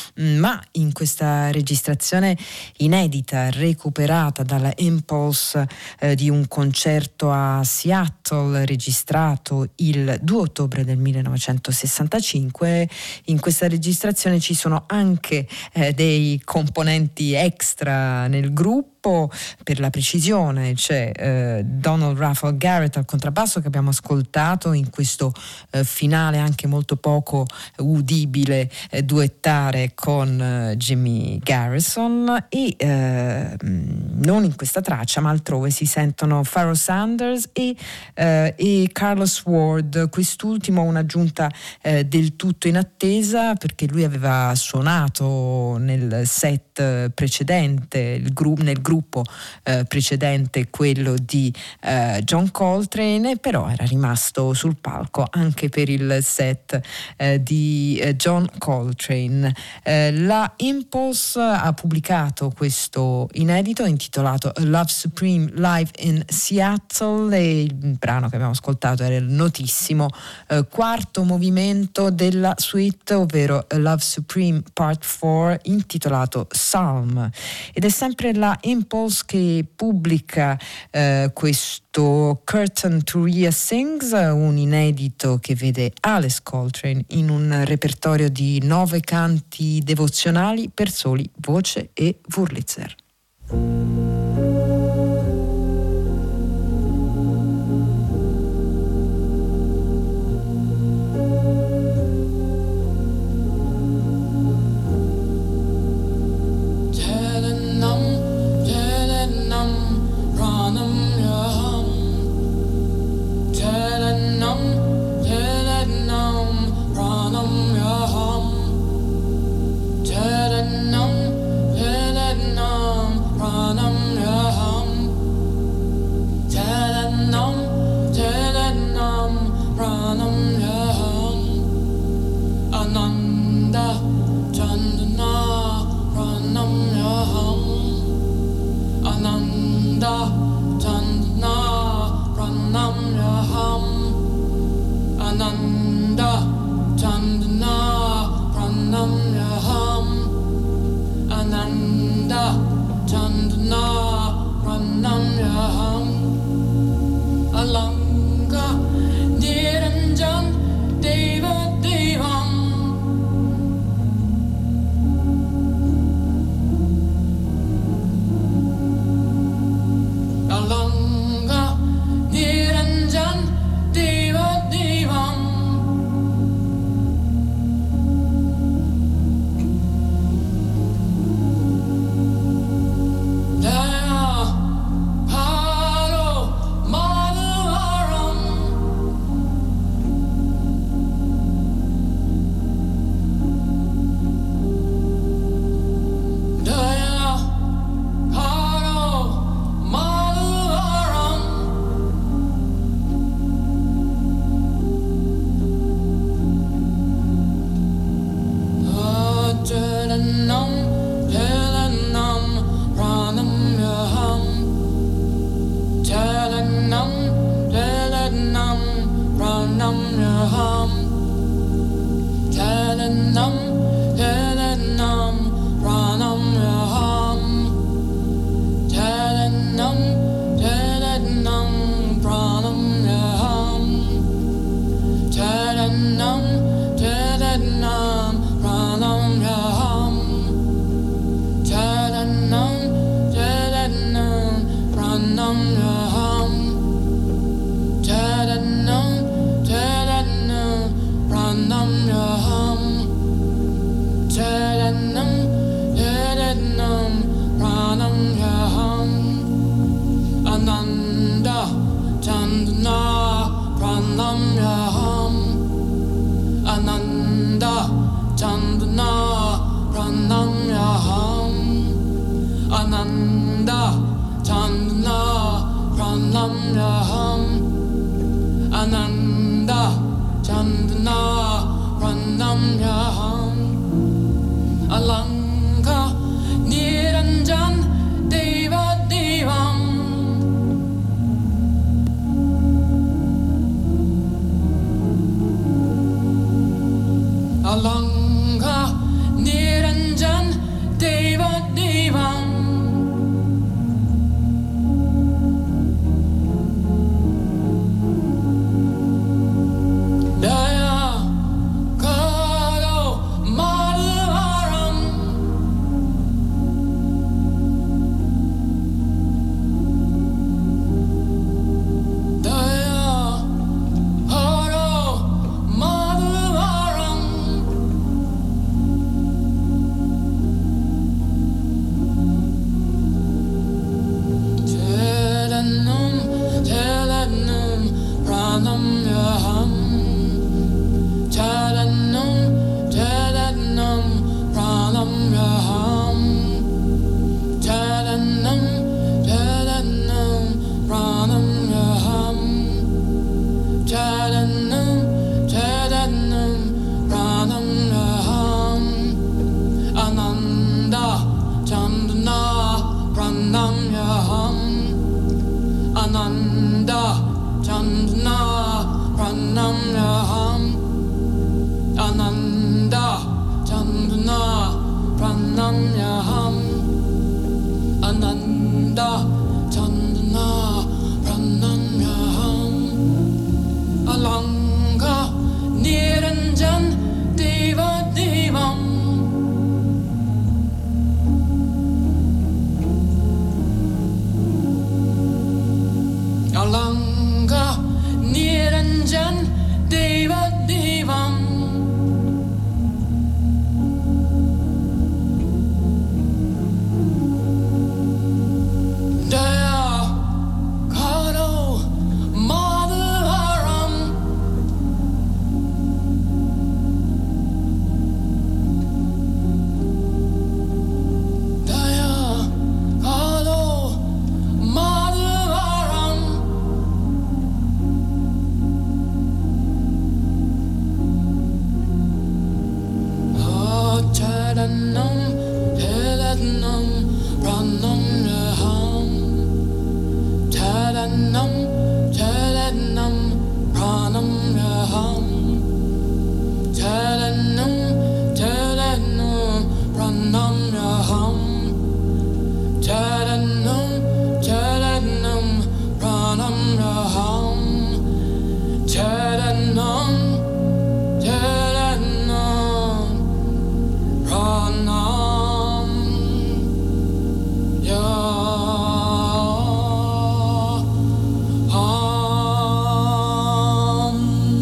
Ma in questa registrazione inedita, recuperata dalla Impulse eh, di un concerto a Seattle registrato il due ottobre del millenovecentosessantacinque, in questa registrazione ci sono anche eh, dei componenti extra nel gruppo. Per la precisione c'è eh, Donald Raphael Garrett al contrabbasso, che abbiamo ascoltato in questo eh, finale anche molto poco udibile eh, duettare con eh, Jimmy Garrison, e eh, non in questa traccia ma altrove si sentono Pharoah Sanders e, eh, e Carlos Ward, quest'ultimo un'aggiunta eh, del tutto inattesa, perché lui aveva suonato nel set precedente, il gru- nel gruppo eh, precedente, quello di eh, John Coltrane, però era rimasto sul palco anche per il set eh, di eh, John Coltrane. Eh, la Impulse ha pubblicato questo inedito intitolato A Love Supreme Live in Seattle, e il brano che abbiamo ascoltato era il notissimo eh, quarto movimento della suite, ovvero A Love Supreme Part quattro, intitolato Psalm, ed è sempre la Impulse che pubblica eh, questo Curtain to Rhea Sings, un inedito che vede Alex Coltrane in un repertorio di nove canti devozionali per soli, voce e Wurlitzer. Alanga Niranjan Deva Devam Pranamyaham Ananda Chandana Pranamyaham Alanka Niranjan Deva Devam Alanka Niranjan Deva Devam Daya Karo Madhvaram Daya Karo Madhvaram Chelanam Chelanam Pranamyaham Charanam, Charanam, Pranamyaham Charanam, Charanam, Pranamyaham Charanam, Charanam, Pranamyaham Ananda, Chandana, Pranamyaham Ananda, Chandana, Pranamyaham Ananda Chandana Pranamyaham Ananda Chandana Pranamyaham Alanka Niranjan Deva Devam Alanka Niranjan Deva Devam Daya Karo Madhvaram Daya Karo Madhvaram Charanam Charanam Pranamyaham Charanam Charanam Pranamyaham Charanam Charanam Pranamyaham Charanam Charanam Pranamyaham Charanam Charanam Pranam Yaham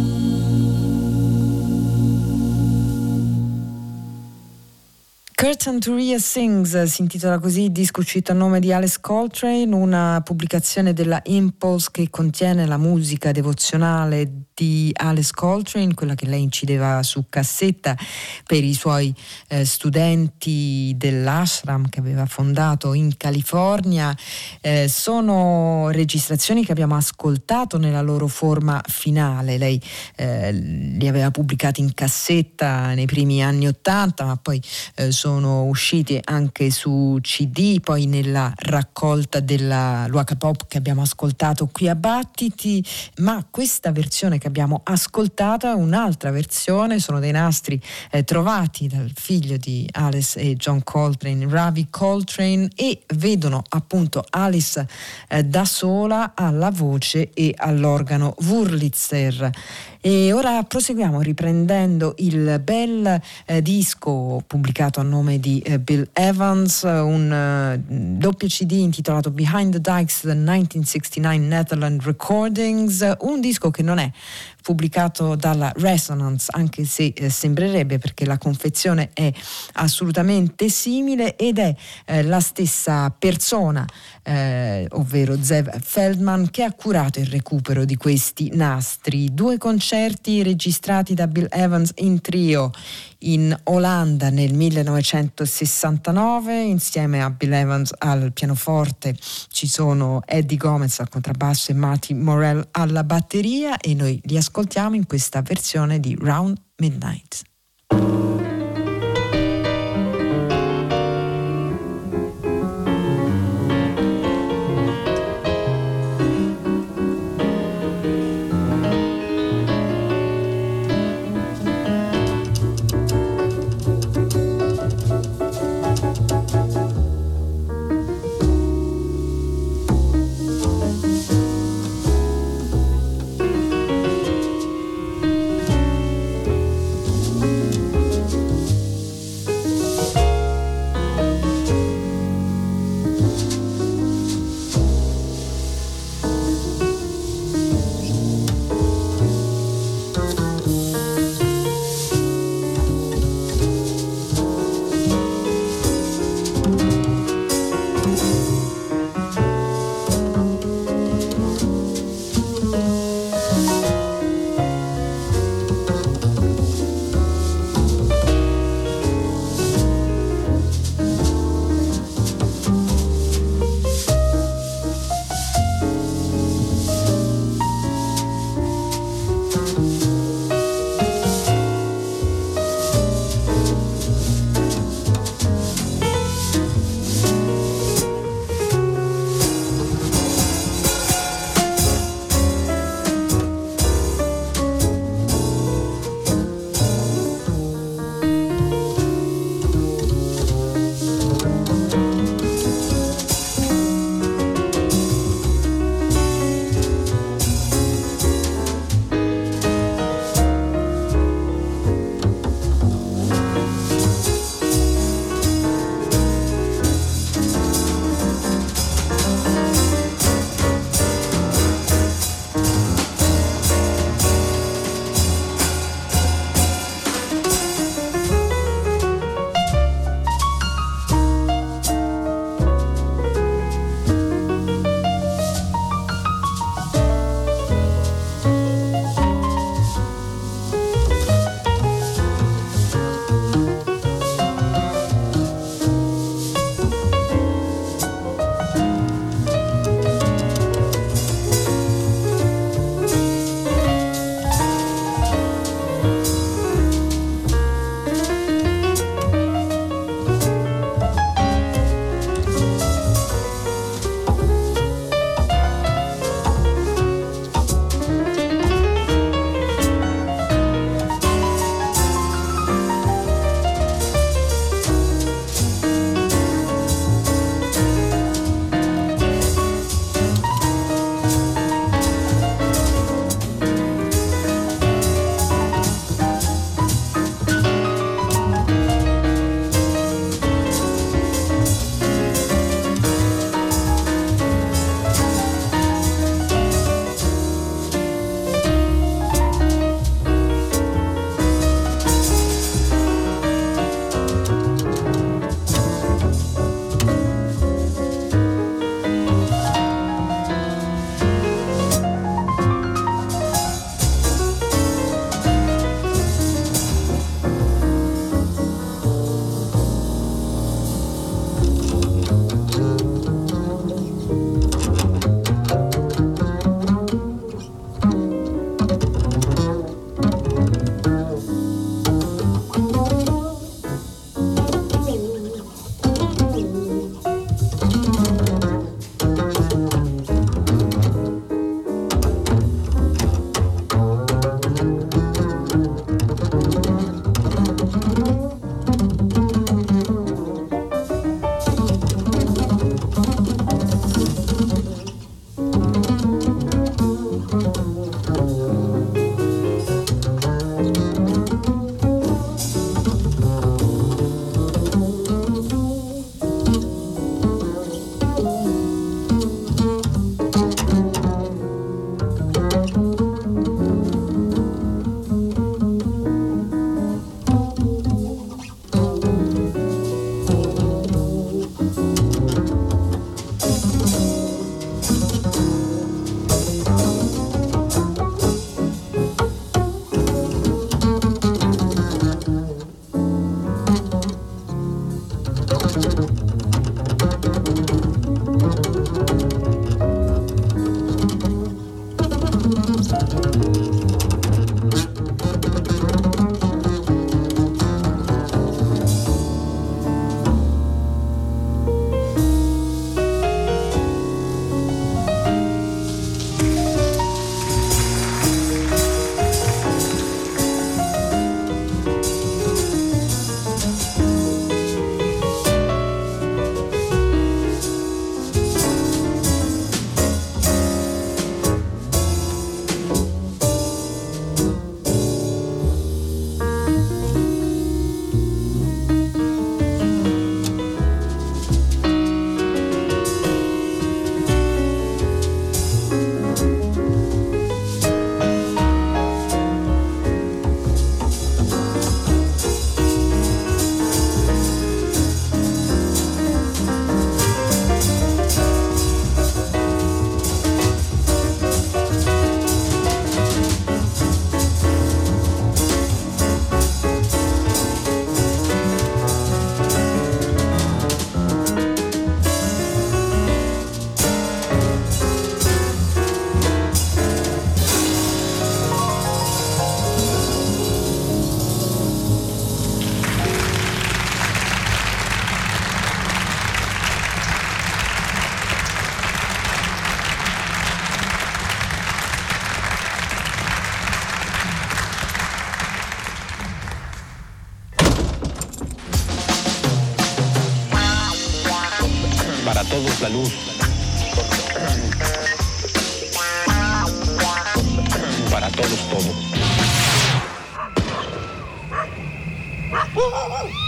Curtain to Ria Sings si intitola così il disco uscito a nome di Alice Coltrane, una pubblicazione della Impulse che contiene la musica devozionale di Alice Coltrane, quella che lei incideva su cassetta per i suoi eh, studenti dell'ashram che aveva fondato in California. Eh, sono registrazioni che abbiamo ascoltato nella loro forma finale. Lei eh, li aveva pubblicati in cassetta nei primi anni Ottanta, ma poi eh, sono usciti anche su C D, poi nella raccolta della Luaca Pop che abbiamo ascoltato qui a Battiti. Ma questa versione che abbiamo ascoltato è un'altra versione, sono dei nastri eh, trovati dal figlio di Alice e John Coltrane, Ravi Coltrane, e vedono appunto Alice eh, da sola alla voce e all'organo Wurlitzer. E ora proseguiamo riprendendo il bel eh, disco pubblicato a nome di eh, Bill Evans, un eh, doppio C D intitolato Behind the Dikes, the millenovecentosessantanove Netherlands Recordings, un disco che non è pubblicato dalla Resonance, anche se eh, sembrerebbe, perché la confezione è assolutamente simile ed è eh, la stessa persona, eh, ovvero Zev Feldman, che ha curato il recupero di questi nastri. Due concerti registrati da Bill Evans in trio in Olanda nel millenovecentosettanta millenovecentosessantanove, insieme a Bill Evans al pianoforte ci sono Eddie Gomez al contrabbasso e Marty Morell alla batteria, e noi li ascoltiamo in questa versione di Round Midnight. la luz. Para todos, todo.